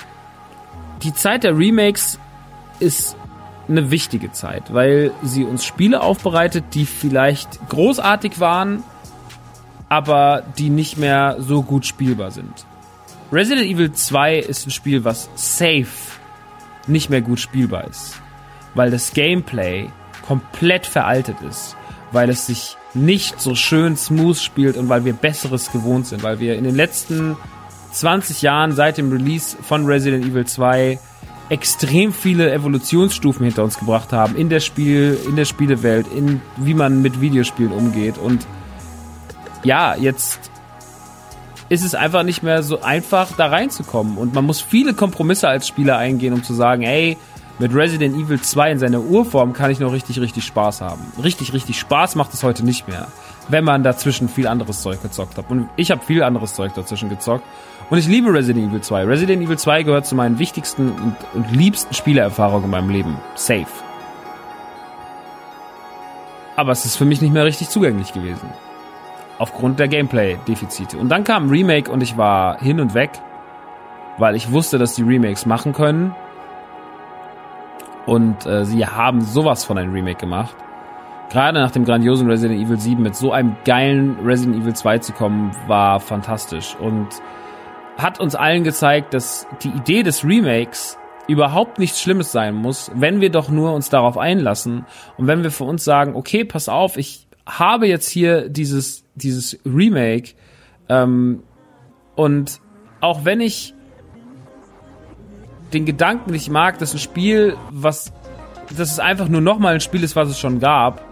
Die Zeit der Remakes ist eine wichtige Zeit, weil sie uns Spiele aufbereitet, die vielleicht großartig waren, aber die nicht mehr so gut spielbar sind. Resident Evil zwei ist ein Spiel, was safe nicht mehr gut spielbar ist, weil das Gameplay komplett veraltet ist, weil es sich nicht so schön smooth spielt und weil wir Besseres gewohnt sind, weil wir in den letzten zwanzig Jahren seit dem Release von Resident Evil zwei extrem viele Evolutionsstufen hinter uns gebracht haben in der Spiel, in der Spielewelt, in wie man mit Videospielen umgeht. Und ja, jetzt ist es einfach nicht mehr so einfach, da reinzukommen. Und man muss viele Kompromisse als Spieler eingehen, um zu sagen, ey, mit Resident Evil zwei in seiner Urform kann ich noch richtig, richtig Spaß haben. Richtig, richtig Spaß macht es heute nicht mehr, wenn man dazwischen viel anderes Zeug gezockt hat. Und ich habe viel anderes Zeug dazwischen gezockt. Und ich liebe Resident Evil zwei. Resident Evil zwei gehört zu meinen wichtigsten und, und liebsten Spielerfahrungen in meinem Leben. Safe. Aber es ist für mich nicht mehr richtig zugänglich gewesen. Aufgrund der Gameplay-Defizite. Und dann kam ein Remake und ich war hin und weg, weil ich wusste, dass die Remakes machen können. Und äh, sie haben sowas von ein Remake gemacht. Gerade nach dem grandiosen Resident Evil sieben mit so einem geilen Resident Evil zwei zu kommen, war fantastisch. Und hat uns allen gezeigt, dass die Idee des Remakes überhaupt nichts Schlimmes sein muss, wenn wir doch nur uns darauf einlassen und wenn wir für uns sagen, okay, pass auf, ich habe jetzt hier dieses dieses Remake ähm, und auch wenn ich den Gedanken nicht mag, dass ein Spiel, was dass es einfach nur nochmal ein Spiel ist, was es schon gab,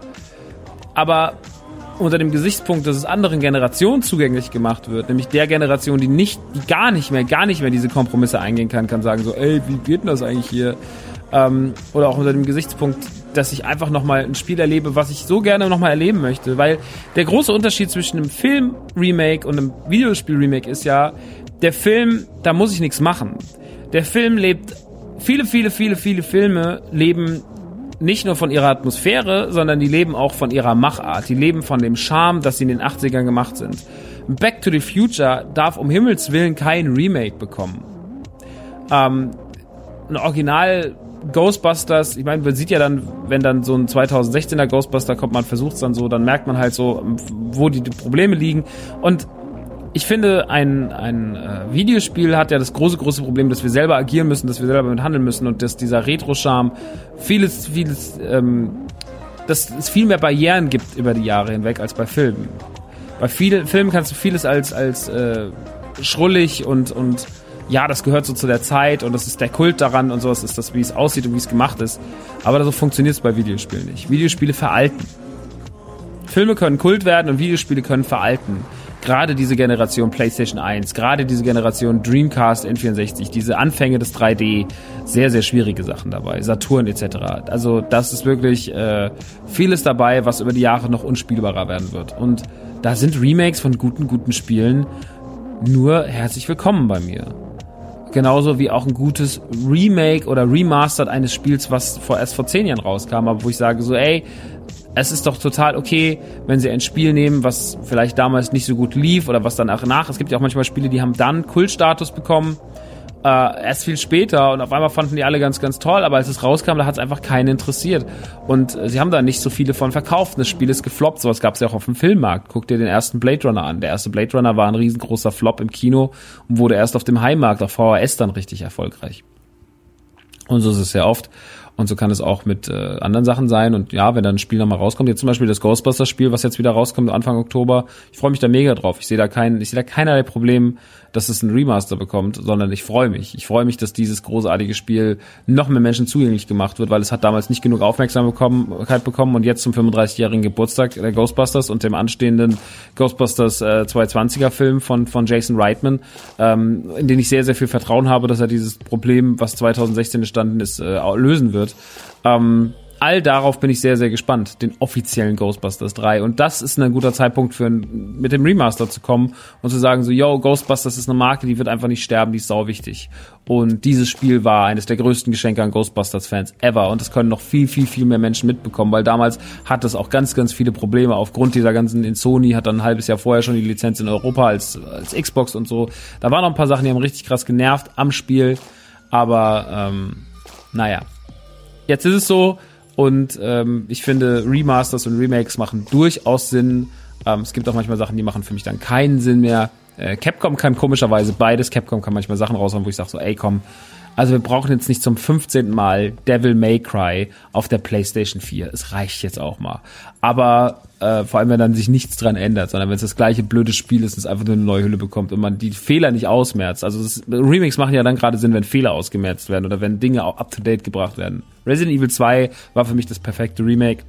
aber unter dem Gesichtspunkt, dass es anderen Generationen zugänglich gemacht wird, nämlich der Generation, die nicht, die gar nicht mehr, gar nicht mehr diese Kompromisse eingehen kann, kann sagen so, ey, wie geht denn das eigentlich hier? Ähm, oder auch unter dem Gesichtspunkt, dass ich einfach nochmal ein Spiel erlebe, was ich so gerne nochmal erleben möchte, weil der große Unterschied zwischen einem Film-Remake und einem Videospiel-Remake ist ja, der Film, da muss ich nichts machen. Der Film lebt, viele, viele, viele, viele Filme leben nicht nur von ihrer Atmosphäre, sondern die leben auch von ihrer Machart. Die leben von dem Charme, dass sie in den achtzigern gemacht sind. Back to the Future darf um Himmels Willen kein Remake bekommen. Ähm, ein Original Ghostbusters, ich meine, man sieht ja dann, wenn dann so ein zweitausendsechzehner Ghostbuster kommt, man versucht es dann so, dann merkt man halt so, wo die, die Probleme liegen. Und ich finde, ein, ein äh, Videospiel hat ja das große, große Problem, dass wir selber agieren müssen, dass wir selber damit handeln müssen und dass dieser Retro-Charme vieles, vieles, ähm, dass es viel mehr Barrieren gibt über die Jahre hinweg als bei Filmen. Bei vielen Filmen kannst du vieles als, als äh, schrullig und, und ja, das gehört so zu der Zeit und das ist der Kult daran und sowas ist das, wie es aussieht und wie es gemacht ist. Aber so funktioniert es bei Videospielen nicht. Videospiele veralten. Filme können Kult werden und Videospiele können veralten. Gerade diese Generation PlayStation eins, gerade diese Generation Dreamcast, N vierundsechzig, diese Anfänge des drei D, sehr, sehr schwierige Sachen dabei, Saturn et cetera. Also das ist wirklich äh, vieles dabei, was über die Jahre noch unspielbarer werden wird. Und da sind Remakes von guten, guten Spielen nur herzlich willkommen bei mir. Genauso wie auch ein gutes Remake oder Remastered eines Spiels, was vor, erst vor zehn Jahren rauskam, aber wo ich sage so, ey, es ist doch total okay, wenn sie ein Spiel nehmen, was vielleicht damals nicht so gut lief oder was danach nach. Es gibt ja auch manchmal Spiele, die haben dann Kultstatus bekommen, äh, erst viel später und auf einmal fanden die alle ganz, ganz toll, aber als es rauskam, da hat es einfach keinen interessiert. Und äh, sie haben da nicht so viele von verkauft. Das Spiel ist gefloppt, sowas gab es ja auch auf dem Filmmarkt. Guck dir den ersten Blade Runner an. Der erste Blade Runner war ein riesengroßer Flop im Kino und wurde erst auf dem Heimmarkt, auf V H S dann richtig erfolgreich. Und so ist es sehr oft. Und so kann es auch mit äh, anderen Sachen sein. Und ja, wenn dann ein Spiel nochmal rauskommt, jetzt zum Beispiel das Ghostbusters-Spiel, was jetzt wieder rauskommt Anfang Oktober, ich freue mich da mega drauf. Ich sehe da kein, ich sehe da keinerlei Problem, dass es ein Remaster bekommt, sondern ich freue mich. Ich freue mich, dass dieses großartige Spiel noch mehr Menschen zugänglich gemacht wird, weil es hat damals nicht genug Aufmerksamkeit bekommen und jetzt zum fünfunddreißigjährigen Geburtstag der Ghostbusters und dem anstehenden Ghostbusters äh, zweihundertzwanziger Film von von Jason Reitman, ähm, in den ich sehr, sehr viel Vertrauen habe, dass er dieses Problem, was zweitausendsechzehn entstanden ist, äh, lösen wird. Ähm, all darauf bin ich sehr, sehr gespannt, den offiziellen Ghostbusters drei. Und das ist ein guter Zeitpunkt für ein, mit dem Remaster zu kommen und zu sagen so, yo, Ghostbusters ist eine Marke, die wird einfach nicht sterben, die ist sau wichtig. Und dieses Spiel war eines der größten Geschenke an Ghostbusters-Fans ever. Und das können noch viel, viel, viel mehr Menschen mitbekommen, weil damals hat es auch ganz, ganz viele Probleme aufgrund dieser ganzen, in Sony hat dann ein halbes Jahr vorher schon die Lizenz in Europa als, als Xbox und so. Da waren noch ein paar Sachen, die haben richtig krass genervt am Spiel. Aber, ähm, naja. Jetzt ist es so, und ähm, ich finde, Remasters und Remakes machen durchaus Sinn. Ähm, es gibt auch manchmal Sachen, die machen für mich dann keinen Sinn mehr. Äh, Capcom kann komischerweise beides. Capcom kann manchmal Sachen raushauen, wo ich sage so, ey komm, also wir brauchen jetzt nicht zum fünfzehnten Mal Devil May Cry auf der PlayStation vier. Es reicht jetzt auch mal. Aber äh, vor allem, wenn dann sich nichts dran ändert, sondern wenn es das gleiche blöde Spiel ist und es einfach nur eine neue Hülle bekommt und man die Fehler nicht ausmerzt. Also das, Remakes machen ja dann gerade Sinn, wenn Fehler ausgemerzt werden oder wenn Dinge auch up-to-date gebracht werden. Resident Evil zwei war für mich das perfekte Remake.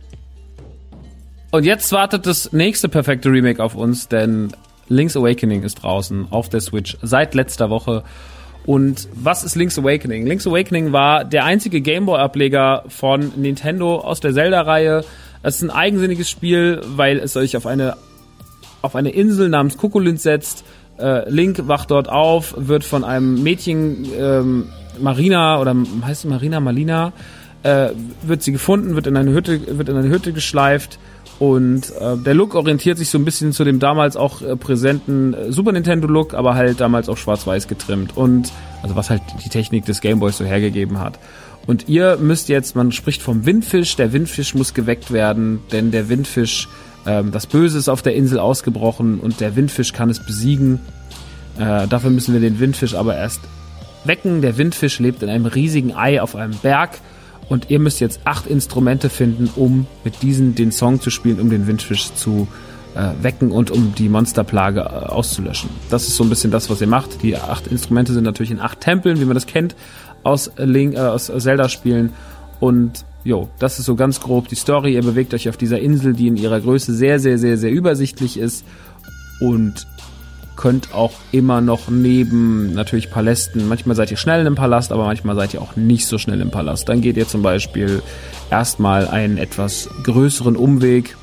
Und jetzt wartet das nächste perfekte Remake auf uns, denn Link's Awakening ist draußen auf der Switch seit letzter Woche. Und was ist Link's Awakening? Link's Awakening war der einzige Gameboy-Ableger von Nintendo aus der Zelda-Reihe. Es ist ein eigensinniges Spiel, weil es euch auf eine auf eine Insel namens Kukulint setzt. Äh, Link wacht dort auf, wird von einem Mädchen, ähm, Marina, oder heißt sie Marina, Malina, äh, wird sie gefunden, wird in eine Hütte, wird in eine Hütte geschleift. Und äh, der Look orientiert sich so ein bisschen zu dem damals auch äh, präsenten äh, Super Nintendo Look, aber halt damals auch schwarz-weiß getrimmt. Und also was halt die Technik des Gameboys so hergegeben hat. Und ihr müsst jetzt, man spricht vom Windfisch, der Windfisch muss geweckt werden, denn der Windfisch, ähm, das Böse ist auf der Insel ausgebrochen und der Windfisch kann es besiegen. Äh, dafür müssen wir den Windfisch aber erst wecken. Der Windfisch lebt in einem riesigen Ei auf einem Berg und ihr müsst jetzt acht Instrumente finden, um mit diesen den Song zu spielen, um den Windfisch zu äh, wecken und um die Monsterplage äh, auszulöschen. Das ist so ein bisschen das, was ihr macht. Die acht Instrumente sind natürlich in acht Tempeln, wie man das kennt, aus, Link, äh, aus Zelda-Spielen. Und jo, das ist so ganz grob die Story. Ihr bewegt euch auf dieser Insel, die in ihrer Größe sehr, sehr, sehr, sehr übersichtlich ist und könnt auch immer noch neben natürlich Palästen, manchmal seid ihr schnell im Palast, aber manchmal seid ihr auch nicht so schnell im Palast. Dann geht ihr zum Beispiel erstmal einen etwas größeren Umweg.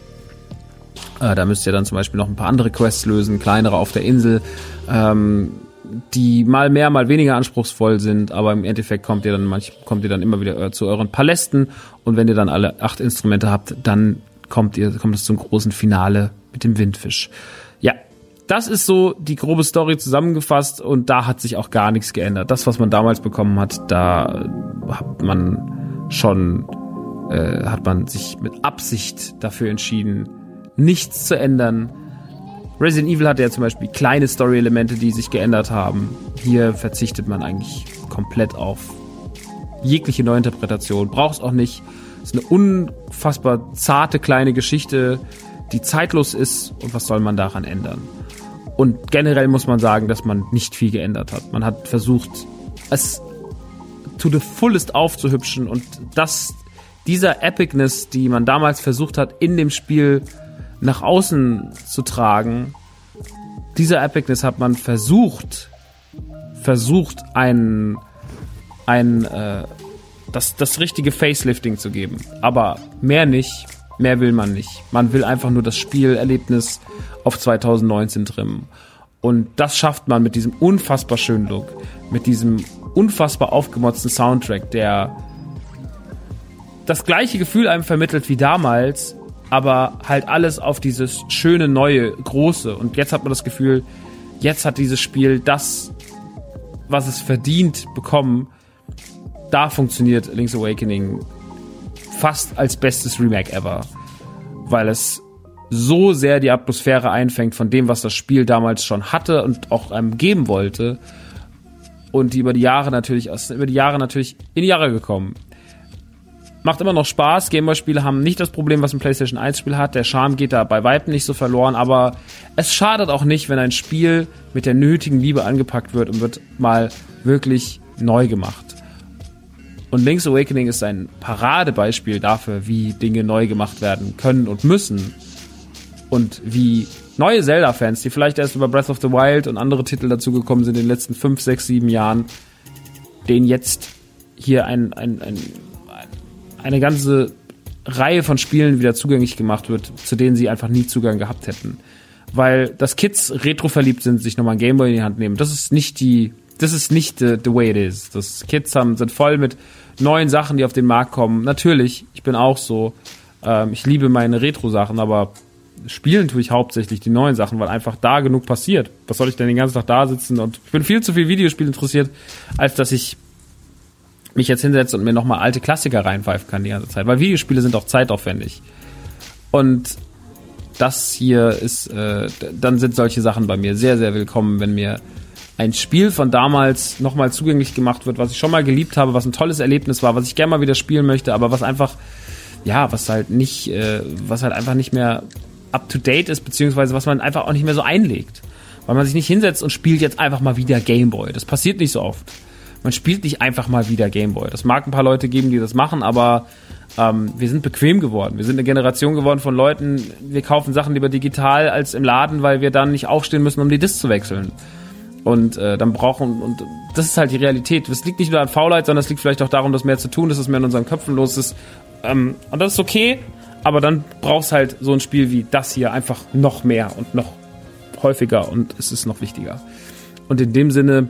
Äh, da müsst ihr dann zum Beispiel noch ein paar andere Quests lösen, kleinere auf der Insel, ähm, die mal mehr, mal weniger anspruchsvoll sind, aber im Endeffekt kommt ihr dann manch, kommt ihr dann immer wieder äh, zu euren Palästen und wenn ihr dann alle acht Instrumente habt, dann kommt ihr, kommt es zum großen Finale mit dem Windfisch. Ja, das ist so die grobe Story zusammengefasst und da hat sich auch gar nichts geändert. Das, was man damals bekommen hat, da hat man schon, äh, hat man sich mit Absicht dafür entschieden, nichts zu ändern. Resident Evil hatte ja zum Beispiel kleine Story-Elemente, die sich geändert haben. Hier verzichtet man eigentlich komplett auf jegliche Neuinterpretation. Braucht's auch nicht. Es ist eine unfassbar zarte kleine Geschichte, die zeitlos ist. Und was soll man daran ändern? Und generell muss man sagen, dass man nicht viel geändert hat. Man hat versucht, es to the fullest aufzuhübschen. Und das, dieser Epicness, die man damals versucht hat, in dem Spiel nach außen zu tragen, dieser Epicness hat man versucht, versucht ein, ein, äh, das, das richtige Facelifting zu geben. Aber mehr nicht, mehr will man nicht. Man will einfach nur das Spielerlebnis auf zwanzig neunzehn trimmen. Und das schafft man mit diesem unfassbar schönen Look, mit diesem unfassbar aufgemotzten Soundtrack, der das gleiche Gefühl einem vermittelt wie damals, aber halt alles auf dieses schöne, neue, große. Und jetzt hat man das Gefühl, jetzt hat dieses Spiel das, was es verdient, bekommen. Da funktioniert Link's Awakening fast als bestes Remake ever. Weil es so sehr die Atmosphäre einfängt von dem, was das Spiel damals schon hatte und auch einem geben wollte. Und die über die Jahre natürlich, über die Jahre natürlich in die Jahre gekommen. Macht immer noch Spaß. Gameboy-Spiele haben nicht das Problem, was ein PlayStation eins Spiel hat. Der Charme geht da bei weitem nicht so verloren, aber es schadet auch nicht, wenn ein Spiel mit der nötigen Liebe angepackt wird und wird mal wirklich neu gemacht. Und Link's Awakening ist ein Paradebeispiel dafür, wie Dinge neu gemacht werden können und müssen. Und wie neue Zelda-Fans, die vielleicht erst über Breath of the Wild und andere Titel dazugekommen sind in den letzten fünf, sechs, sieben Jahren, denen jetzt hier ein, ein, ein eine ganze Reihe von Spielen wieder zugänglich gemacht wird, zu denen sie einfach nie Zugang gehabt hätten. Weil dass Kids retro-verliebt sind, sich nochmal ein Gameboy in die Hand nehmen, das ist nicht die, das ist nicht the, the way it is. Das Kids haben, sind voll mit neuen Sachen, die auf den Markt kommen. Natürlich, ich bin auch so. Ähm, ich liebe meine Retro-Sachen, aber spielen tue ich hauptsächlich die neuen Sachen, weil einfach da genug passiert. Was soll ich denn den ganzen Tag da sitzen? Und ich bin viel zu viel Videospiel interessiert, als dass ich mich jetzt hinsetze und mir nochmal alte Klassiker reinpfeifen kann die ganze Zeit. Weil Videospiele sind auch zeitaufwendig. Und das hier ist, äh, dann sind solche Sachen bei mir sehr, sehr willkommen, wenn mir ein Spiel von damals nochmal zugänglich gemacht wird, was ich schon mal geliebt habe, was ein tolles Erlebnis war, was ich gerne mal wieder spielen möchte, aber was einfach, ja, was halt nicht, äh, was halt einfach nicht mehr up to date ist, beziehungsweise was man einfach auch nicht mehr so einlegt. Weil man sich nicht hinsetzt und spielt jetzt einfach mal wieder Gameboy. Das passiert nicht so oft. Man spielt nicht einfach mal wieder Gameboy. Das mag ein paar Leute geben, die das machen, aber ähm, wir sind bequem geworden. Wir sind eine Generation geworden von Leuten, wir kaufen Sachen lieber digital als im Laden, weil wir dann nicht aufstehen müssen, um die Disc zu wechseln. Und äh, dann brauchen, und das ist halt die Realität. Das liegt nicht nur an Faulheit, sondern es liegt vielleicht auch darum, dass mehr zu tun ist, dass mehr in unseren Köpfen los ist. Ähm, und das ist okay, aber dann brauchst halt so ein Spiel wie das hier einfach noch mehr und noch häufiger und es ist noch wichtiger. Und in dem Sinne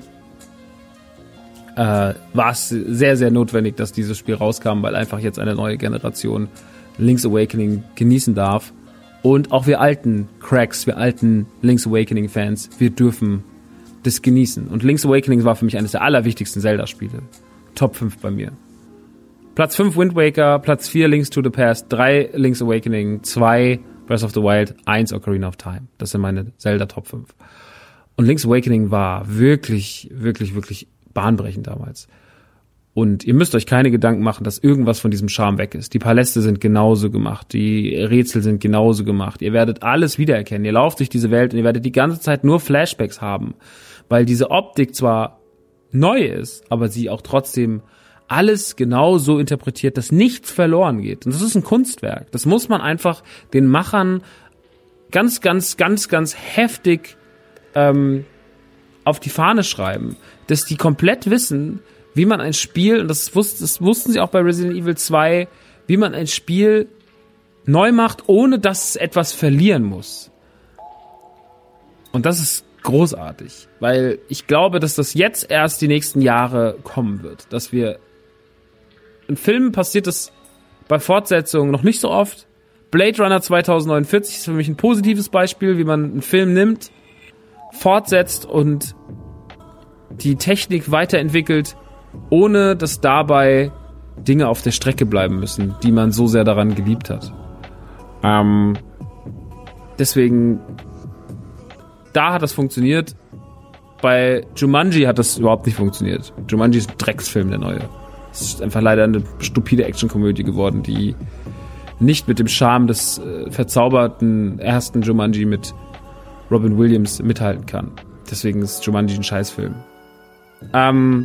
äh, war es sehr, sehr notwendig, dass dieses Spiel rauskam, weil einfach jetzt eine neue Generation Link's Awakening genießen darf. Und auch wir alten Cracks, wir alten Link's Awakening Fans, wir dürfen das genießen. Und Link's Awakening war für mich eines der allerwichtigsten Zelda-Spiele. Top fünf bei mir. Platz fünf Wind Waker, Platz vier Links to the Past, drei Link's Awakening, zwei Breath of the Wild, eins Ocarina of Time. Das sind meine Zelda Top fünf. Und Link's Awakening war wirklich, wirklich, wirklich bahnbrechend damals. Und ihr müsst euch keine Gedanken machen, dass irgendwas von diesem Charme weg ist. Die Paläste sind genauso gemacht, die Rätsel sind genauso gemacht. Ihr werdet alles wiedererkennen. Ihr lauft durch diese Welt und ihr werdet die ganze Zeit nur Flashbacks haben, weil diese Optik zwar neu ist, aber sie auch trotzdem alles genau so interpretiert, dass nichts verloren geht. Und das ist ein Kunstwerk. Das muss man einfach den Machern ganz, ganz, ganz, ganz heftig ähm, auf die Fahne schreiben, dass die komplett wissen, wie man ein Spiel, und das, wussten, das wussten sie auch bei Resident Evil zwei, wie man ein Spiel neu macht, ohne dass es etwas verlieren muss. Und das ist großartig, weil ich glaube, dass das jetzt erst die nächsten Jahre kommen wird, dass wir in Filmen passiert das bei Fortsetzungen noch nicht so oft. Blade Runner zwanzig neunundvierzig ist für mich ein positives Beispiel, wie man einen Film nimmt, fortsetzt und die Technik weiterentwickelt, ohne dass dabei Dinge auf der Strecke bleiben müssen, die man so sehr daran geliebt hat. Ähm, deswegen, da hat das funktioniert. Bei Jumanji hat das überhaupt nicht funktioniert. Jumanji ist ein Drecksfilm, der neue. Es ist einfach leider eine stupide Actionkomödie geworden, die nicht mit dem Charme des äh, verzauberten ersten Jumanji mit Robin Williams mithalten kann. Deswegen ist Jumanji ein Scheißfilm. Ähm,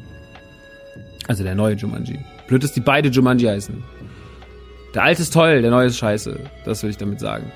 also der neue Jumanji. Blöd, dass die beide Jumanji heißen. Der alte ist toll, der neue ist scheiße. Das will ich damit sagen.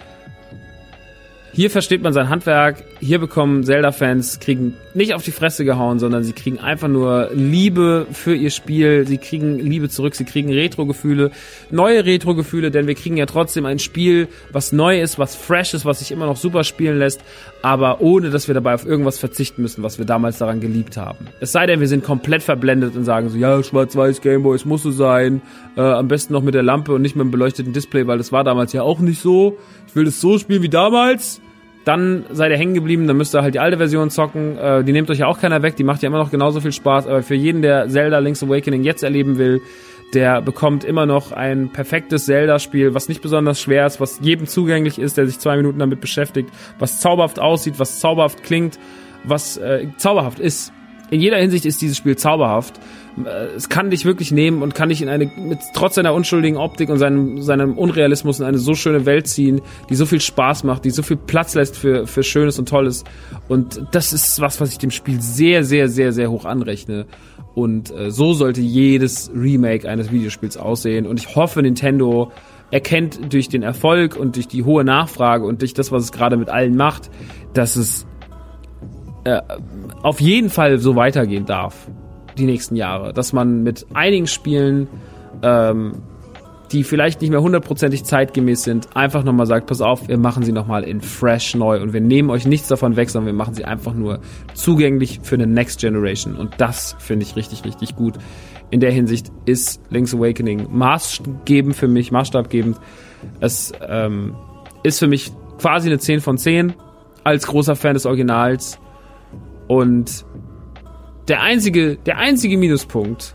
Hier versteht man sein Handwerk, hier bekommen Zelda-Fans, kriegen nicht auf die Fresse gehauen, sondern sie kriegen einfach nur Liebe für ihr Spiel, sie kriegen Liebe zurück, sie kriegen Retro-Gefühle, neue Retro-Gefühle, denn wir kriegen ja trotzdem ein Spiel, was neu ist, was fresh ist, was sich immer noch super spielen lässt, aber ohne, dass wir dabei auf irgendwas verzichten müssen, was wir damals daran geliebt haben. Es sei denn, wir sind komplett verblendet und sagen so, ja, schwarz-weiß Gameboy, es muss so sein, äh, am besten noch mit der Lampe und nicht mit dem beleuchteten Display, weil das war damals ja auch nicht so. Ich will das so spielen wie damals. Dann seid ihr hängen geblieben, dann müsst ihr halt die alte Version zocken. Äh, die nehmt euch ja auch keiner weg, die macht ja immer noch genauso viel Spaß. Aber für jeden, der Zelda Link's Awakening jetzt erleben will, der bekommt immer noch ein perfektes Zelda-Spiel, was nicht besonders schwer ist, was jedem zugänglich ist, der sich zwei Minuten damit beschäftigt, was zauberhaft aussieht, was zauberhaft klingt, was äh, zauberhaft ist. In jeder Hinsicht ist dieses Spiel zauberhaft. Es kann dich wirklich nehmen und kann dich in eine, mit, trotz seiner unschuldigen Optik und seinem, seinem Unrealismus in eine so schöne Welt ziehen, die so viel Spaß macht, die so viel Platz lässt für, für Schönes und Tolles. Und das ist was, was ich dem Spiel sehr, sehr, sehr, sehr hoch anrechne. Und äh, so sollte jedes Remake eines Videospiels aussehen. Und ich hoffe, Nintendo erkennt durch den Erfolg und durch die hohe Nachfrage und durch das, was es gerade mit allen macht, dass es äh, auf jeden Fall so weitergehen darf. Die nächsten Jahre, dass man mit einigen Spielen, ähm, die vielleicht nicht mehr hundertprozentig zeitgemäß sind, einfach nochmal sagt, pass auf, wir machen sie nochmal in fresh neu und wir nehmen euch nichts davon weg, sondern wir machen sie einfach nur zugänglich für eine Next Generation und das finde ich richtig, richtig gut. In der Hinsicht ist Link's Awakening maßgebend für mich, maßstabgebend. Es ähm, ist für mich quasi eine zehn von zehn als großer Fan des Originals und Der einzige, der einzige Minuspunkt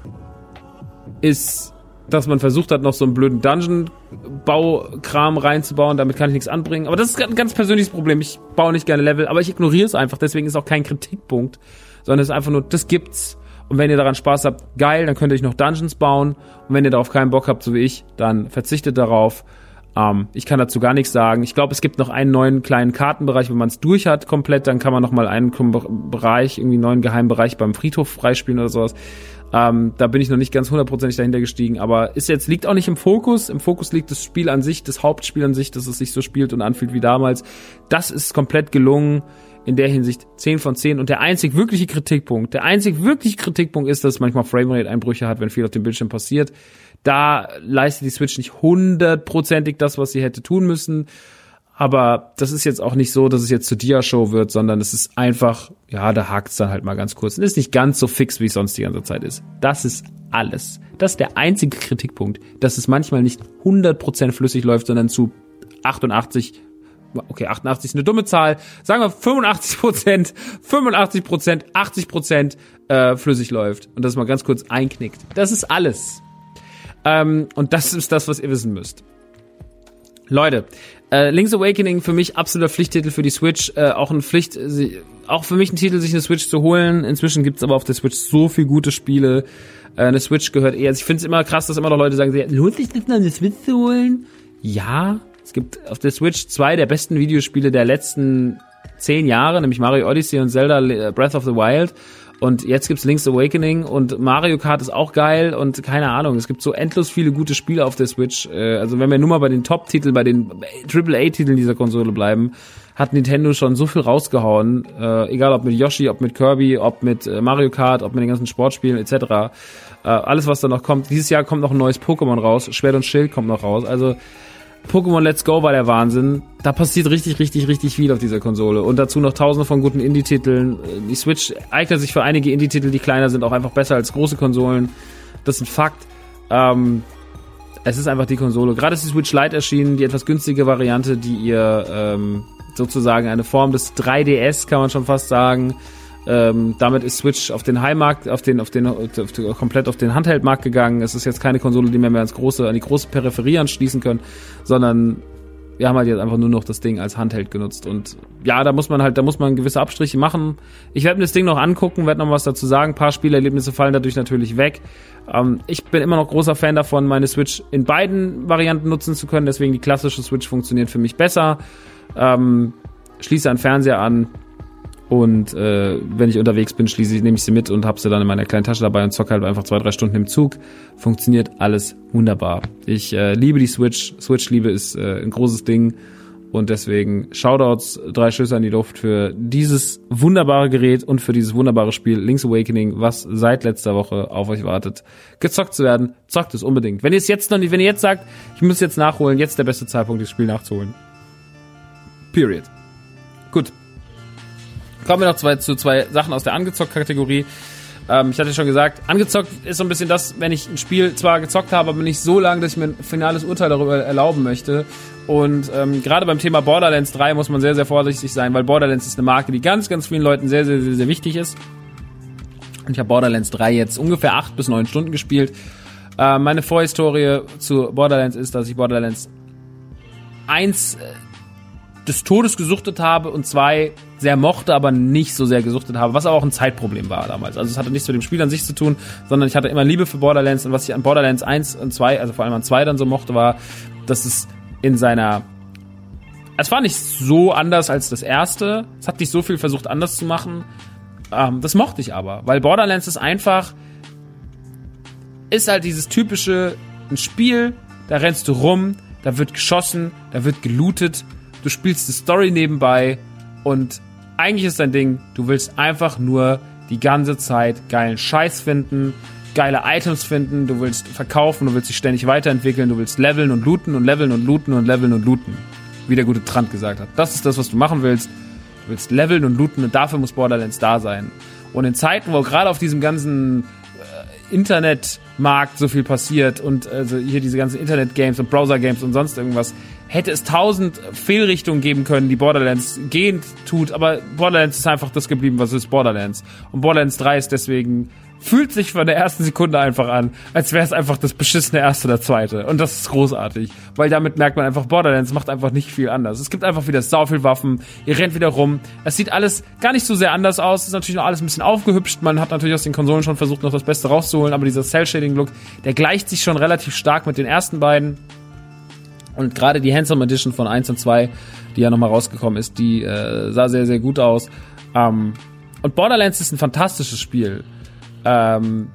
ist, dass man versucht hat, noch so einen blöden Dungeon-Baukram reinzubauen. Damit kann ich nichts anbringen. Aber das ist ein ganz persönliches Problem. Ich baue nicht gerne Level, aber ich ignoriere es einfach. Deswegen ist auch kein Kritikpunkt, sondern es ist einfach nur, das gibt's. Und wenn ihr daran Spaß habt, geil, dann könnt ihr euch noch Dungeons bauen. Und wenn ihr darauf keinen Bock habt, so wie ich, dann verzichtet darauf. Um, ich kann dazu gar nichts sagen. Ich glaube, es gibt noch einen neuen kleinen Kartenbereich, wenn man es durch hat komplett, dann kann man noch mal einen Bereich, irgendwie einen neuen geheimen Bereich beim Friedhof freispielen oder sowas. Um, da bin ich noch nicht ganz hundertprozentig dahinter gestiegen, aber ist jetzt, liegt auch nicht im Fokus. Im Fokus liegt das Spiel an sich, das Hauptspiel an sich, dass es sich so spielt und anfühlt wie damals. Das ist komplett gelungen. In der Hinsicht zehn von zehn. Und der einzig wirkliche Kritikpunkt, der einzig wirkliche Kritikpunkt ist, dass es manchmal Framerate-Einbrüche hat, wenn viel auf dem Bildschirm passiert. Da leistet die Switch nicht hundertprozentig das, was sie hätte tun müssen. Aber das ist jetzt auch nicht so, dass es jetzt zur Dia-Show wird, sondern es ist einfach, ja, da hakt es dann halt mal ganz kurz. Und ist nicht ganz so fix, wie es sonst die ganze Zeit ist. Das ist alles. Das ist der einzige Kritikpunkt, dass es manchmal nicht hundert Prozent flüssig läuft, sondern zu achtundachtzig Okay, achtundachtzig ist eine dumme Zahl. Sagen wir fünfundachtzig Prozent, fünfundachtzig Prozent, achtzig Prozent äh, flüssig läuft. Und das mal ganz kurz einknickt. Das ist alles. Ähm, und das ist das, was ihr wissen müsst. Leute, äh, Link's Awakening für mich absoluter Pflichttitel für die Switch, äh, auch ein Pflicht, äh, auch für mich ein Titel, sich eine Switch zu holen. Inzwischen gibt's aber auf der Switch so viel gute Spiele. Äh, eine Switch gehört eher, also ich finde es immer krass, dass immer noch Leute sagen, lohnt sich das noch eine Switch zu holen? Ja, es gibt auf der Switch zwei der besten Videospiele der letzten zehn Jahre, nämlich Mario Odyssey und Zelda Breath of the Wild. Und jetzt gibt's Link's Awakening und Mario Kart ist auch geil und keine Ahnung, es gibt so endlos viele gute Spiele auf der Switch. Also wenn wir nur mal bei den Top-Titeln, bei den Triple A-Titeln dieser Konsole bleiben, hat Nintendo schon so viel rausgehauen, äh, egal ob mit Yoshi, ob mit Kirby, ob mit äh, Mario Kart, ob mit den ganzen Sportspielen et cetera. Äh, alles, was da noch kommt. Dieses Jahr kommt noch ein neues Pokémon raus, Schwert und Schild kommt noch raus, also Pokémon Let's Go war der Wahnsinn. Da passiert richtig, richtig, richtig viel auf dieser Konsole. Und dazu noch tausende von guten Indie-Titeln. Die Switch eignet sich für einige Indie-Titel, die kleiner sind, auch einfach besser als große Konsolen. Das ist ein Fakt. Ähm, es ist einfach die Konsole. Gerade ist die Switch Lite erschienen, die etwas günstige Variante, die ihr ähm, sozusagen eine Form des drei D S, kann man schon fast sagen. Ähm, damit ist Switch auf den Heimmarkt, auf den, auf den, auf den, komplett auf den Handheldmarkt gegangen. Es ist jetzt keine Konsole, die wir mehr ans große, an die große Peripherie anschließen können, sondern wir haben halt jetzt einfach nur noch das Ding als Handheld genutzt. Und ja, da muss man halt, da muss man gewisse Abstriche machen. Ich werde mir das Ding noch angucken, werde noch was dazu sagen. Ein paar Spielerlebnisse fallen dadurch natürlich weg. Ähm, ich bin immer noch großer Fan davon, meine Switch in beiden Varianten nutzen zu können. Deswegen die klassische Switch funktioniert für mich besser. Ähm, schließe einen Fernseher an. Und äh, wenn ich unterwegs bin, schließe ich, nehme ich sie mit und habe sie dann in meiner kleinen Tasche dabei und zocke halt einfach zwei, drei Stunden im Zug. Funktioniert alles wunderbar. Ich äh, liebe die Switch. Switch-Liebe ist äh, ein großes Ding. Und deswegen Shoutouts, drei Schüsse an die Luft für dieses wunderbare Gerät und für dieses wunderbare Spiel Link's Awakening, was seit letzter Woche auf euch wartet, gezockt zu werden. Zockt es unbedingt. Wenn ihr es jetzt noch nicht, wenn ihr jetzt sagt, ich muss jetzt nachholen, jetzt der beste Zeitpunkt, das Spiel nachzuholen. Period. Gut. Kommen wir noch zwei, zu zwei Sachen aus der Angezockt-Kategorie. Ähm, ich hatte schon gesagt, angezockt ist so ein bisschen das, wenn ich ein Spiel zwar gezockt habe, aber nicht so lange, dass ich mir ein finales Urteil darüber erlauben möchte. Und ähm, gerade beim Thema Borderlands drei muss man sehr, sehr vorsichtig sein, weil Borderlands ist eine Marke, die ganz, ganz vielen Leuten sehr, sehr, sehr, sehr wichtig ist. Und ich habe Borderlands drei jetzt ungefähr acht bis neun Stunden gespielt. Äh, meine Vorhistorie zu Borderlands ist, dass ich Borderlands eins äh, des Todes gesuchtet habe und zwei sehr mochte, aber nicht so sehr gesuchtet habe, was aber auch ein Zeitproblem war damals. Also es hatte nichts mit dem Spiel an sich zu tun, sondern ich hatte immer Liebe für Borderlands und was ich an Borderlands eins und zwei, also vor allem an zwei dann so mochte, war, dass es in seiner... Es war nicht so anders als das erste, es hat nicht so viel versucht anders zu machen, ähm, das mochte ich aber, weil Borderlands ist einfach, ist halt dieses typische, ein Spiel, da rennst du rum, da wird geschossen, da wird gelootet, du spielst die Story nebenbei und eigentlich ist dein Ding, du willst einfach nur die ganze Zeit geilen Scheiß finden, geile Items finden, du willst verkaufen, du willst dich ständig weiterentwickeln, du willst leveln und looten und leveln und looten und leveln und looten. Wie der gute Trant gesagt hat. Das ist das, was du machen willst. Du willst leveln und looten und dafür muss Borderlands da sein. Und in Zeiten, wo gerade auf diesem ganzen äh, Internetmarkt so viel passiert und also hier diese ganzen Internet-Games und Browser-Games und sonst irgendwas, hätte es tausend Fehlrichtungen geben können, die Borderlands gehend tut, aber Borderlands ist einfach das geblieben, was ist Borderlands. Und Borderlands drei ist deswegen, fühlt sich von der ersten Sekunde einfach an, als wäre es einfach das beschissene erste oder zweite. Und das ist großartig, weil damit merkt man einfach, Borderlands macht einfach nicht viel anders. Es gibt einfach wieder sau viel Waffen, ihr rennt wieder rum, es sieht alles gar nicht so sehr anders aus, es ist natürlich noch alles ein bisschen aufgehübscht, man hat natürlich aus den Konsolen schon versucht, noch das Beste rauszuholen, aber dieser Cell-Shading-Look, der gleicht sich schon relativ stark mit den ersten beiden. Und gerade die Handsome Edition von eins und zwei, die ja nochmal rausgekommen ist, die äh, sah sehr, sehr gut aus. Ähm, und Borderlands ist ein fantastisches Spiel, ähm,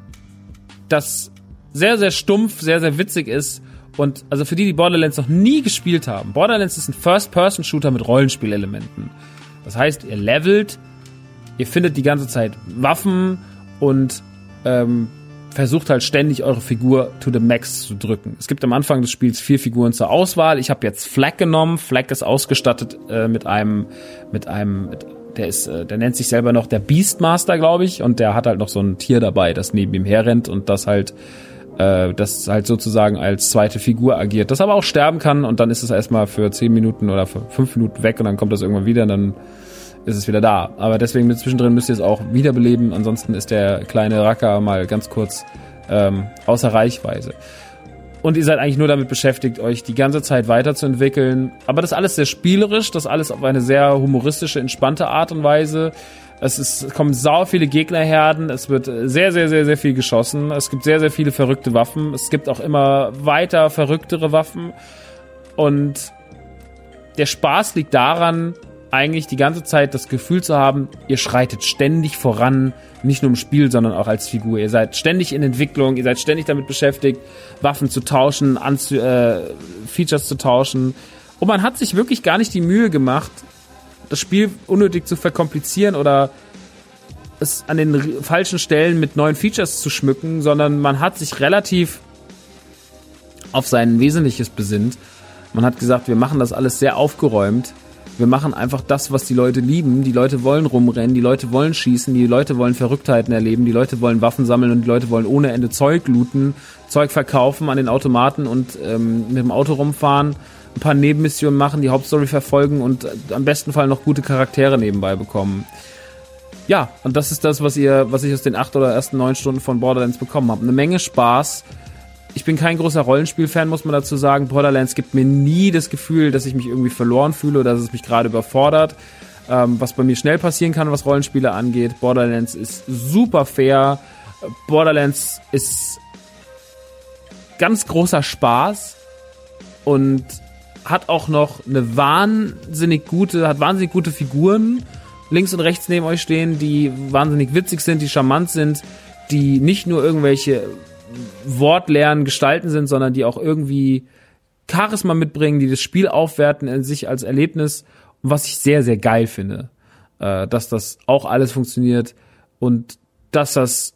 das sehr, sehr stumpf, sehr, sehr witzig ist. Und also für die, die Borderlands noch nie gespielt haben, Borderlands ist ein First-Person-Shooter mit Rollenspielelementen. Das heißt, ihr levelt, ihr findet die ganze Zeit Waffen und ähm, versucht halt ständig eure Figur to the max zu drücken. Es gibt am Anfang des Spiels vier Figuren zur Auswahl. Ich habe jetzt Flag genommen. Flag ist ausgestattet äh, mit einem, mit einem, mit, der ist, äh, der nennt sich selber noch der Beastmaster, glaube ich, und der hat halt noch so ein Tier dabei, das neben ihm herrennt und das halt, äh, das halt sozusagen als zweite Figur agiert, das aber auch sterben kann und dann ist es erstmal für zehn Minuten oder für fünf Minuten weg und dann kommt das irgendwann wieder und dann ist es wieder da. Aber deswegen mit zwischendrin müsst ihr es auch wiederbeleben. Ansonsten ist der kleine Racker mal ganz kurz ähm, außer Reichweite. Und ihr seid eigentlich nur damit beschäftigt, euch die ganze Zeit weiterzuentwickeln. Aber das alles sehr spielerisch, das alles auf eine sehr humoristische, entspannte Art und Weise. Es, ist, es kommen sau viele Gegnerherden, es wird sehr, sehr, sehr, sehr viel geschossen. Es gibt sehr, sehr viele verrückte Waffen. Es gibt auch immer weiter verrücktere Waffen. Und der Spaß liegt daran, eigentlich die ganze Zeit das Gefühl zu haben, ihr schreitet ständig voran, nicht nur im Spiel, sondern auch als Figur. Ihr seid ständig in Entwicklung, ihr seid ständig damit beschäftigt, Waffen zu tauschen, Anzu- äh, Features zu tauschen. Und man hat sich wirklich gar nicht die Mühe gemacht, das Spiel unnötig zu verkomplizieren oder es an den r- falschen Stellen mit neuen Features zu schmücken, sondern man hat sich relativ auf sein Wesentliches besinnt. Man hat gesagt, wir machen das alles sehr aufgeräumt. Wir machen einfach das, was die Leute lieben. Die Leute wollen rumrennen, die Leute wollen schießen, die Leute wollen Verrücktheiten erleben, die Leute wollen Waffen sammeln und die Leute wollen ohne Ende Zeug looten, Zeug verkaufen an den Automaten und ähm, mit dem Auto rumfahren, ein paar Nebenmissionen machen, die Hauptstory verfolgen und äh, am besten Fall noch gute Charaktere nebenbei bekommen. Ja, und das ist das, was ihr, was ich aus den acht oder ersten neun Stunden von Borderlands bekommen habe. Eine Menge Spaß. Ich bin kein großer Rollenspiel-Fan, muss man dazu sagen. Borderlands gibt mir nie das Gefühl, dass ich mich irgendwie verloren fühle oder dass es mich gerade überfordert. Ähm, was bei mir schnell passieren kann, was Rollenspiele angeht. Borderlands ist super fair. Borderlands ist ganz großer Spaß und hat auch noch eine wahnsinnig gute, hat wahnsinnig gute Figuren links und rechts neben euch stehen, die wahnsinnig witzig sind, die charmant sind, die nicht nur irgendwelche wortleeren Gestalten sind, sondern die auch irgendwie Charisma mitbringen, die das Spiel aufwerten in sich als Erlebnis. Und was ich sehr, sehr geil finde, äh, dass das auch alles funktioniert und dass das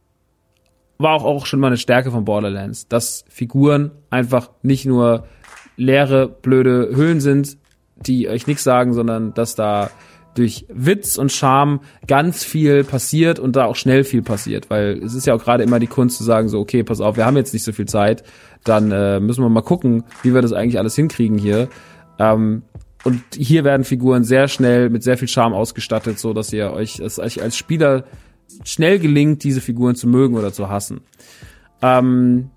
war auch, auch schon mal eine Stärke von Borderlands, dass Figuren einfach nicht nur leere, blöde Hüllen sind, die euch nichts sagen, sondern dass da durch Witz und Charme ganz viel passiert und da auch schnell viel passiert, weil es ist ja auch gerade immer die Kunst zu sagen, so okay, pass auf, wir haben jetzt nicht so viel Zeit, dann äh, müssen wir mal gucken, wie wir das eigentlich alles hinkriegen hier. Ähm, und hier werden Figuren sehr schnell mit sehr viel Charme ausgestattet, so dass ihr euch, es euch als Spieler schnell gelingt, diese Figuren zu mögen oder zu hassen. Ähm,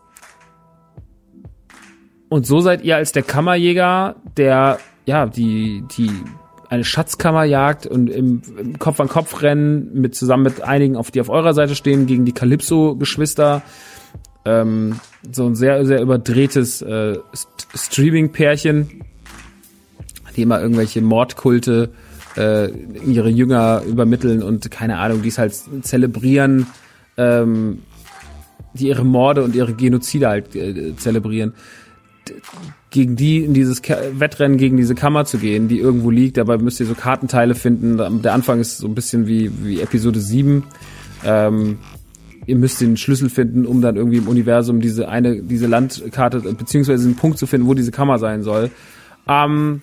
und so seid ihr als der Kammerjäger, der ja die die eine Schatzkammer jagt und im, im Kopf-an-Kopf-Rennen mit, zusammen mit einigen, auf die auf eurer Seite stehen, gegen die Calypso-Geschwister. Ähm, so ein sehr, sehr überdrehtes äh, St- Streaming-Pärchen, die immer irgendwelche Mordkulte äh, ihre Jünger übermitteln und keine Ahnung, die es halt zelebrieren, ähm, die ihre Morde und ihre Genozide halt äh, zelebrieren. Gegen die in dieses Ka- Wettrennen gegen diese Kammer zu gehen, die irgendwo liegt. Dabei müsst ihr so Kartenteile finden. Der Anfang ist so ein bisschen wie, wie Episode sieben. Ähm, ihr müsst den Schlüssel finden, um dann irgendwie im Universum diese eine, diese Landkarte, beziehungsweise einen Punkt zu finden, wo diese Kammer sein soll. Ähm,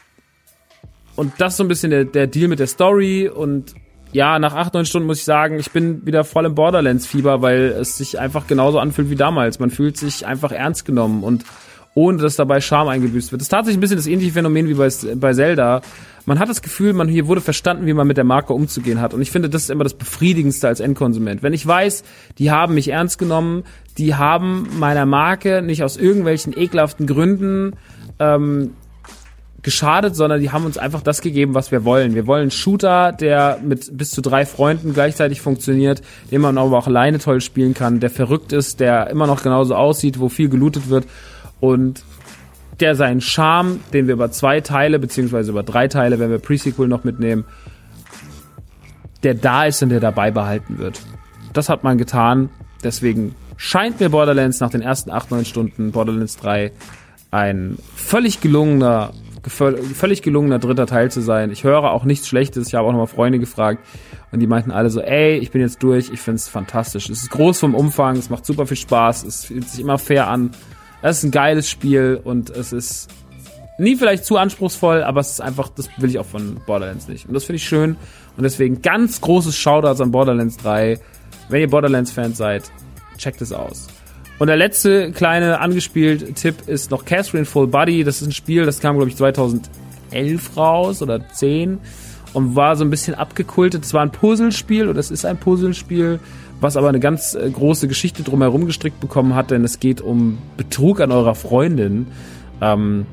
und das ist so ein bisschen der, der Deal mit der Story. Und ja, nach acht, neun Stunden muss ich sagen, ich bin wieder voll im Borderlands-Fieber, weil es sich einfach genauso anfühlt wie damals. Man fühlt sich einfach ernst genommen und ohne dass dabei Charme eingebüßt wird. Das ist tatsächlich ein bisschen das ähnliche Phänomen wie bei, bei Zelda. Man hat das Gefühl, man hier wurde verstanden, wie man mit der Marke umzugehen hat. Und ich finde, das ist immer das Befriedigendste als Endkonsument. Wenn ich weiß, die haben mich ernst genommen, die haben meiner Marke nicht aus irgendwelchen ekelhaften Gründen ähm, geschadet, sondern die haben uns einfach das gegeben, was wir wollen. Wir wollen einen Shooter, der mit bis zu drei Freunden gleichzeitig funktioniert, den man aber auch alleine toll spielen kann, der verrückt ist, der immer noch genauso aussieht, wo viel gelootet wird. Und der seinen Charme, den wir über zwei Teile, beziehungsweise über drei Teile, wenn wir Pre-Sequel noch mitnehmen, der da ist und der dabei behalten wird. Das hat man getan. Deswegen scheint mir Borderlands nach den ersten acht, neun Stunden, Borderlands drei, ein völlig gelungener, völlig gelungener dritter Teil zu sein. Ich höre auch nichts Schlechtes. Ich habe auch nochmal Freunde gefragt und die meinten alle so, ey, ich bin jetzt durch. Ich finde es fantastisch. Es ist groß vom Umfang, es macht super viel Spaß, es fühlt sich immer fair an. Es ist ein geiles Spiel und es ist nie vielleicht zu anspruchsvoll, aber es ist einfach, das will ich auch von Borderlands nicht. Und das finde ich schön und deswegen ganz großes Shoutouts an Borderlands drei. Wenn ihr Borderlands-Fans seid, checkt es aus. Und der letzte kleine angespielt Tipp ist noch Catherine Full Body. Das ist ein Spiel, das kam, glaube ich, zweitausendelf raus oder zehn und war so ein bisschen abgekultet. Es war ein Puzzlespiel oder es ist ein Puzzlespiel was aber eine ganz äh, große Geschichte drumherum gestrickt bekommen hat, denn es geht um Betrug an eurer Freundin. Ähm,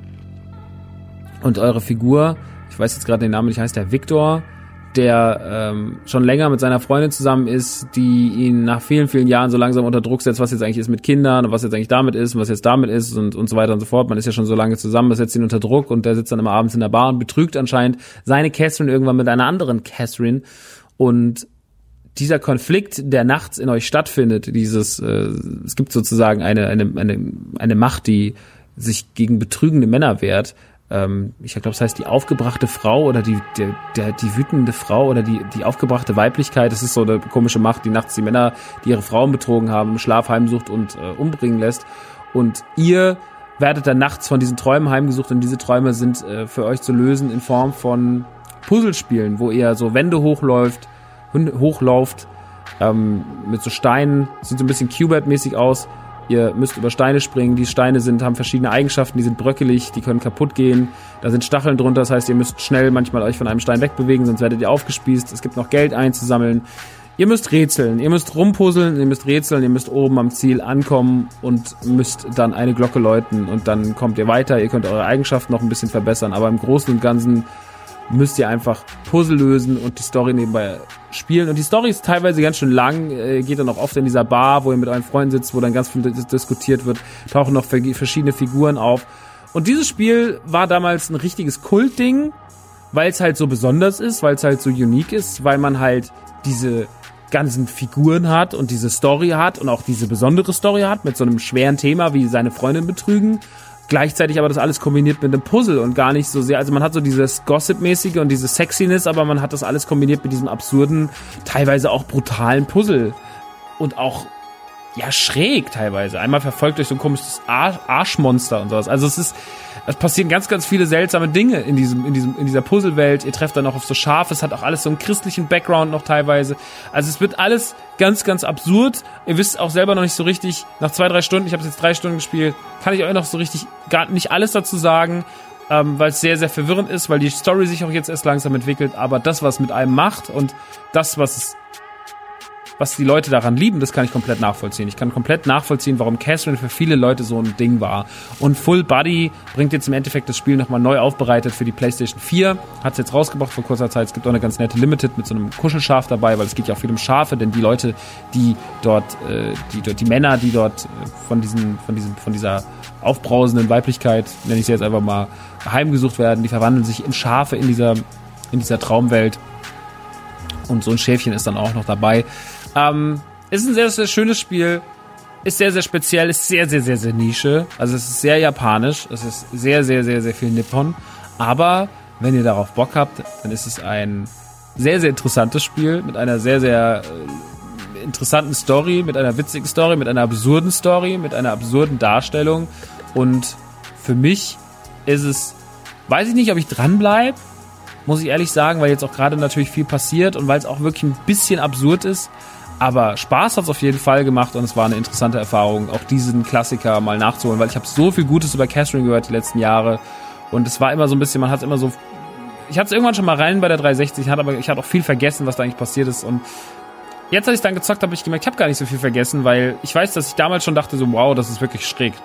und eure Figur, ich weiß jetzt gerade den Namen nicht, heißt der Victor, der ähm, schon länger mit seiner Freundin zusammen ist, die ihn nach vielen, vielen Jahren so langsam unter Druck setzt, was jetzt eigentlich ist mit Kindern und was jetzt eigentlich damit ist und was jetzt damit ist und, und so weiter und so fort. Man ist ja schon so lange zusammen, das setzt ihn unter Druck und der sitzt dann immer abends in der Bar und betrügt anscheinend seine Catherine irgendwann mit einer anderen Catherine. Und dieser Konflikt, der nachts in euch stattfindet, dieses, äh, es gibt sozusagen eine, eine, eine, eine Macht, die sich gegen betrügende Männer wehrt. Ich glaube, das heißt die aufgebrachte Frau oder die der, der die wütende Frau oder die die aufgebrachte Weiblichkeit. Das ist so eine komische Macht, die nachts die Männer, die ihre Frauen betrogen haben, im Schlaf heimsucht und äh, umbringen lässt. Und ihr werdet dann nachts von diesen Träumen heimgesucht und diese Träume sind äh, für euch zu lösen in Form von Puzzlespielen, wo ihr so Wände hochläuft, hochlauft ähm, mit so Steinen, sieht so ein bisschen Cubert-mäßig aus. Ihr müsst über Steine springen. Die Steine sind, haben verschiedene Eigenschaften. Die sind bröckelig, die können kaputt gehen. Da sind Stacheln drunter. Das heißt, ihr müsst schnell manchmal euch von einem Stein wegbewegen, sonst werdet ihr aufgespießt. Es gibt noch Geld einzusammeln. Ihr müsst rätseln. Ihr müsst rumpuzzeln. Ihr müsst rätseln. Ihr müsst oben am Ziel ankommen und müsst dann eine Glocke läuten. Und dann kommt ihr weiter. Ihr könnt eure Eigenschaften noch ein bisschen verbessern. Aber im Großen und Ganzen müsst ihr einfach Puzzle lösen und die Story nebenbei spielen. Und die Story ist teilweise ganz schön lang, äh, geht dann auch oft in dieser Bar, wo ihr mit euren Freunden sitzt, wo dann ganz viel dis- diskutiert wird, tauchen noch ver- verschiedene Figuren auf. Und dieses Spiel war damals ein richtiges Kultding, weil es halt so besonders ist, weil es halt so unique ist, weil man halt diese ganzen Figuren hat und diese Story hat und auch diese besondere Story hat mit so einem schweren Thema wie seine Freundin betrügen. Gleichzeitig aber das alles kombiniert mit einem Puzzle und gar nicht so sehr, also man hat so dieses Gossip-mäßige und diese Sexiness, aber man hat das alles kombiniert mit diesem absurden, teilweise auch brutalen Puzzle und auch, ja, schräg teilweise. Einmal verfolgt euch so ein komisches Arsch- Arschmonster und sowas. Also es ist, es passieren ganz, ganz viele seltsame Dinge in diesem, in diesem, in dieser Puzzlewelt. Ihr trefft dann auch auf so Schafe. Es hat auch alles so einen christlichen Background noch teilweise. Also es wird alles ganz, ganz absurd. Ihr wisst auch selber noch nicht so richtig, nach zwei, drei Stunden, ich habe jetzt drei Stunden gespielt, kann ich euch noch so richtig gar nicht alles dazu sagen, ähm, weil es sehr, sehr verwirrend ist, weil die Story sich auch jetzt erst langsam entwickelt. Aber das, was mit einem macht und das, was es was die Leute daran lieben, das kann ich komplett nachvollziehen. Ich kann komplett nachvollziehen, warum Catherine für viele Leute so ein Ding war. Und Full Body bringt jetzt im Endeffekt das Spiel nochmal neu aufbereitet für die PlayStation vier. Hat es jetzt rausgebracht vor kurzer Zeit. Es gibt auch eine ganz nette Limited mit so einem Kuschelschaf dabei, weil es geht ja auch viel um Schafe, denn die Leute, die dort, äh, die dort, die Männer, die dort von diesen, von diesem, von dieser aufbrausenden Weiblichkeit, nenne ich sie jetzt einfach mal, heimgesucht werden, die verwandeln sich in Schafe in dieser, in dieser Traumwelt. Und so ein Schäfchen ist dann auch noch dabei. Ähm, ist ein sehr, sehr schönes Spiel, ist sehr, sehr speziell, ist sehr, sehr, sehr, sehr Nische. Also es ist sehr japanisch, es ist sehr, sehr, sehr, sehr viel Nippon. Aber wenn ihr darauf Bock habt, dann ist es ein sehr, sehr interessantes Spiel mit einer sehr, sehr äh, interessanten Story, mit einer witzigen Story, mit einer absurden Story, mit einer absurden Darstellung. Und für mich ist es, weiß ich nicht, ob ich dranbleibe, muss ich ehrlich sagen, weil jetzt auch gerade natürlich viel passiert und weil es auch wirklich ein bisschen absurd ist. Aber Spaß hat es auf jeden Fall gemacht und es war eine interessante Erfahrung, auch diesen Klassiker mal nachzuholen, weil ich habe so viel Gutes über Catherine gehört die letzten Jahre und es war immer so ein bisschen, man hat immer so, ich hatte es irgendwann schon mal rein bei der dreihundertsechzig, hatte aber ich hatte auch viel vergessen, was da eigentlich passiert ist und jetzt, als ich dann gezockt habe, habe ich gemerkt, ich habe gar nicht so viel vergessen, weil ich weiß, dass ich damals schon dachte so, wow, das ist wirklich schräg.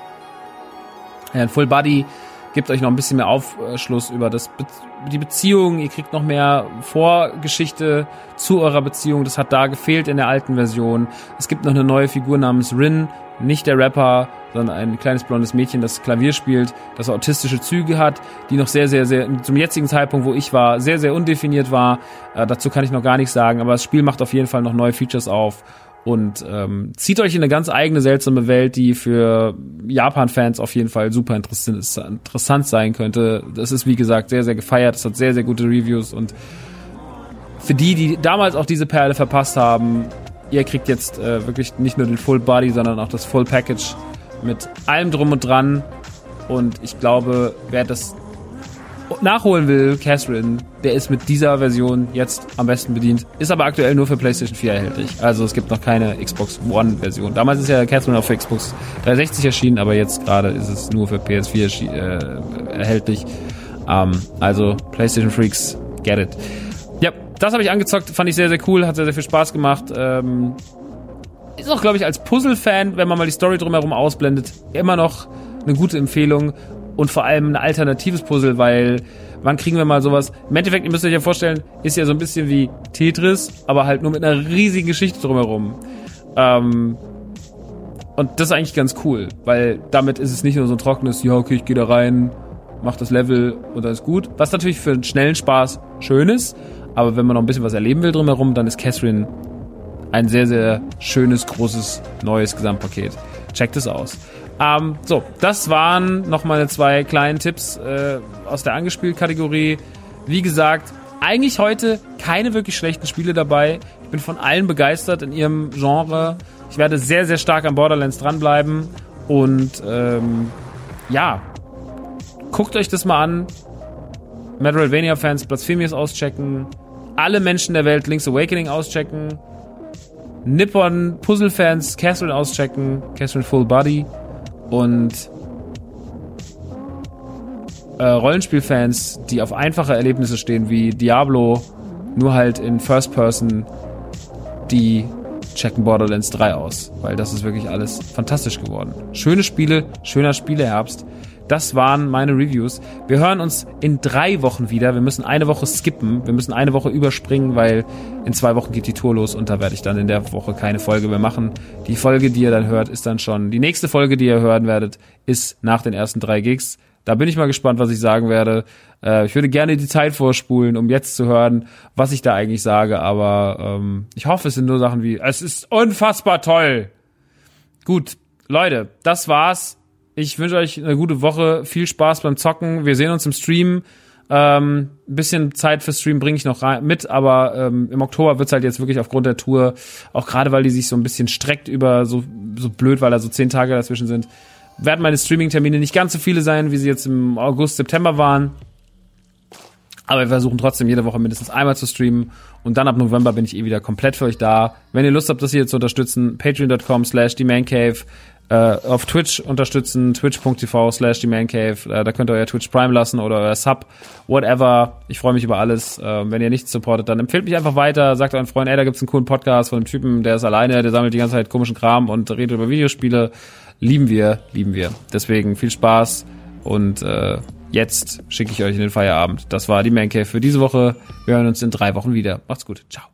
Ja, ein Full Body gibt euch noch ein bisschen mehr Aufschluss über das Be- die Beziehung, ihr kriegt noch mehr Vorgeschichte zu eurer Beziehung, das hat da gefehlt in der alten Version. Es gibt noch eine neue Figur namens Rin, nicht der Rapper, sondern ein kleines blondes Mädchen, das Klavier spielt, das autistische Züge hat, die noch sehr, sehr, sehr, zum jetzigen Zeitpunkt, wo ich war, sehr, sehr undefiniert war. Äh, dazu kann ich noch gar nichts sagen, aber das Spiel macht auf jeden Fall noch neue Features auf. Und ähm, zieht euch in eine ganz eigene, seltsame Welt, die für Japan-Fans auf jeden Fall super interessant, interessant sein könnte. Das ist, wie gesagt, sehr, sehr gefeiert. Es hat sehr, sehr gute Reviews. Und für die, die damals auch diese Perle verpasst haben, ihr kriegt jetzt äh, wirklich nicht nur den Full Body, sondern auch das Full Package mit allem drum und dran. Und ich glaube, wer das nachholen will, Catherine, der ist mit dieser Version jetzt am besten bedient. Ist aber aktuell nur für PlayStation vier erhältlich. Also es gibt noch keine Xbox One-Version. Damals ist ja Catherine auch für Xbox dreihundertsechzig erschienen, aber jetzt gerade ist es nur für P S vier äh, erhältlich. Ähm, also PlayStation Freaks, get it. Ja, das habe ich angezockt, fand ich sehr, sehr cool, hat sehr, sehr viel Spaß gemacht. Ähm, ist auch, glaube ich, als Puzzle-Fan, wenn man mal die Story drumherum ausblendet, immer noch eine gute Empfehlung und vor allem ein alternatives Puzzle, weil wann kriegen wir mal sowas? Im Endeffekt, ihr müsst euch ja vorstellen, ist ja so ein bisschen wie Tetris, aber halt nur mit einer riesigen Geschichte drumherum. Ähm, und das ist eigentlich ganz cool, weil damit ist es nicht nur so ein trockenes, ja, okay, ich gehe da rein, mach das Level und dann ist gut. Was natürlich für einen schnellen Spaß schön ist, aber wenn man noch ein bisschen was erleben will drumherum, dann ist Catherine ein sehr, sehr schönes, großes, neues Gesamtpaket. Checkt es aus. Ähm, so, das waren noch meine zwei kleinen Tipps äh, aus der Angespielt-Kategorie. Wie gesagt, eigentlich heute keine wirklich schlechten Spiele dabei. Ich bin von allen begeistert in ihrem Genre. Ich werde sehr, sehr stark an Borderlands dranbleiben. Und ähm, ja, guckt euch das mal an. Metroidvania-Fans Platz vier auschecken. Alle Menschen der Welt Link's Awakening auschecken. Nippon Puzzle-Fans Catherine auschecken. Catherine Full Body. Und äh, Rollenspiel-Fans, die auf einfache Erlebnisse stehen, wie Diablo, nur halt in First Person, die checken Borderlands drei aus. Weil das ist wirklich alles fantastisch geworden. Schöne Spiele, schöner Spieleherbst. Das waren meine Reviews. Wir hören uns in drei Wochen wieder. Wir müssen eine Woche skippen. Wir müssen eine Woche überspringen, weil in zwei Wochen geht die Tour los und da werde ich dann in der Woche keine Folge mehr machen. Die Folge, die ihr dann hört, ist dann schon... Die nächste Folge, die ihr hören werdet, ist nach den ersten drei Gigs. Da bin ich mal gespannt, was ich sagen werde. Äh, ich würde gerne die Zeit vorspulen, um jetzt zu hören, was ich da eigentlich sage. Aber ähm, ich hoffe, es sind nur Sachen wie, es ist unfassbar toll. Gut, Leute, das war's. Ich wünsche euch eine gute Woche, viel Spaß beim Zocken. Wir sehen uns im Stream. Ähm, ein bisschen Zeit für Stream bringe ich noch rein, mit, aber ähm, im Oktober wird's halt jetzt wirklich aufgrund der Tour, auch gerade weil die sich so ein bisschen streckt über so, so blöd, weil da so zehn Tage dazwischen sind, werden meine Streaming-Termine nicht ganz so viele sein, wie sie jetzt im August, September waren. Aber wir versuchen trotzdem jede Woche mindestens einmal zu streamen. Und dann ab November bin ich eh wieder komplett für euch da. Wenn ihr Lust habt, das hier zu unterstützen, patreon.com slash die Mancave, äh, auf Twitch unterstützen, twitch.tv slash die Mancave. Äh, da könnt ihr euer Twitch Prime lassen oder euer Sub, whatever. Ich freue mich über alles. Äh, wenn ihr nichts supportet, dann empfehlt mich einfach weiter. Sagt euren Freunden, ey, da gibt's einen coolen Podcast von einem Typen, der ist alleine, der sammelt die ganze Zeit komischen Kram und redet über Videospiele. Lieben wir, lieben wir. Deswegen viel Spaß und äh, jetzt schicke ich euch in den Feierabend. Das war die Mancave für diese Woche. Wir hören uns in drei Wochen wieder. Macht's gut. Ciao.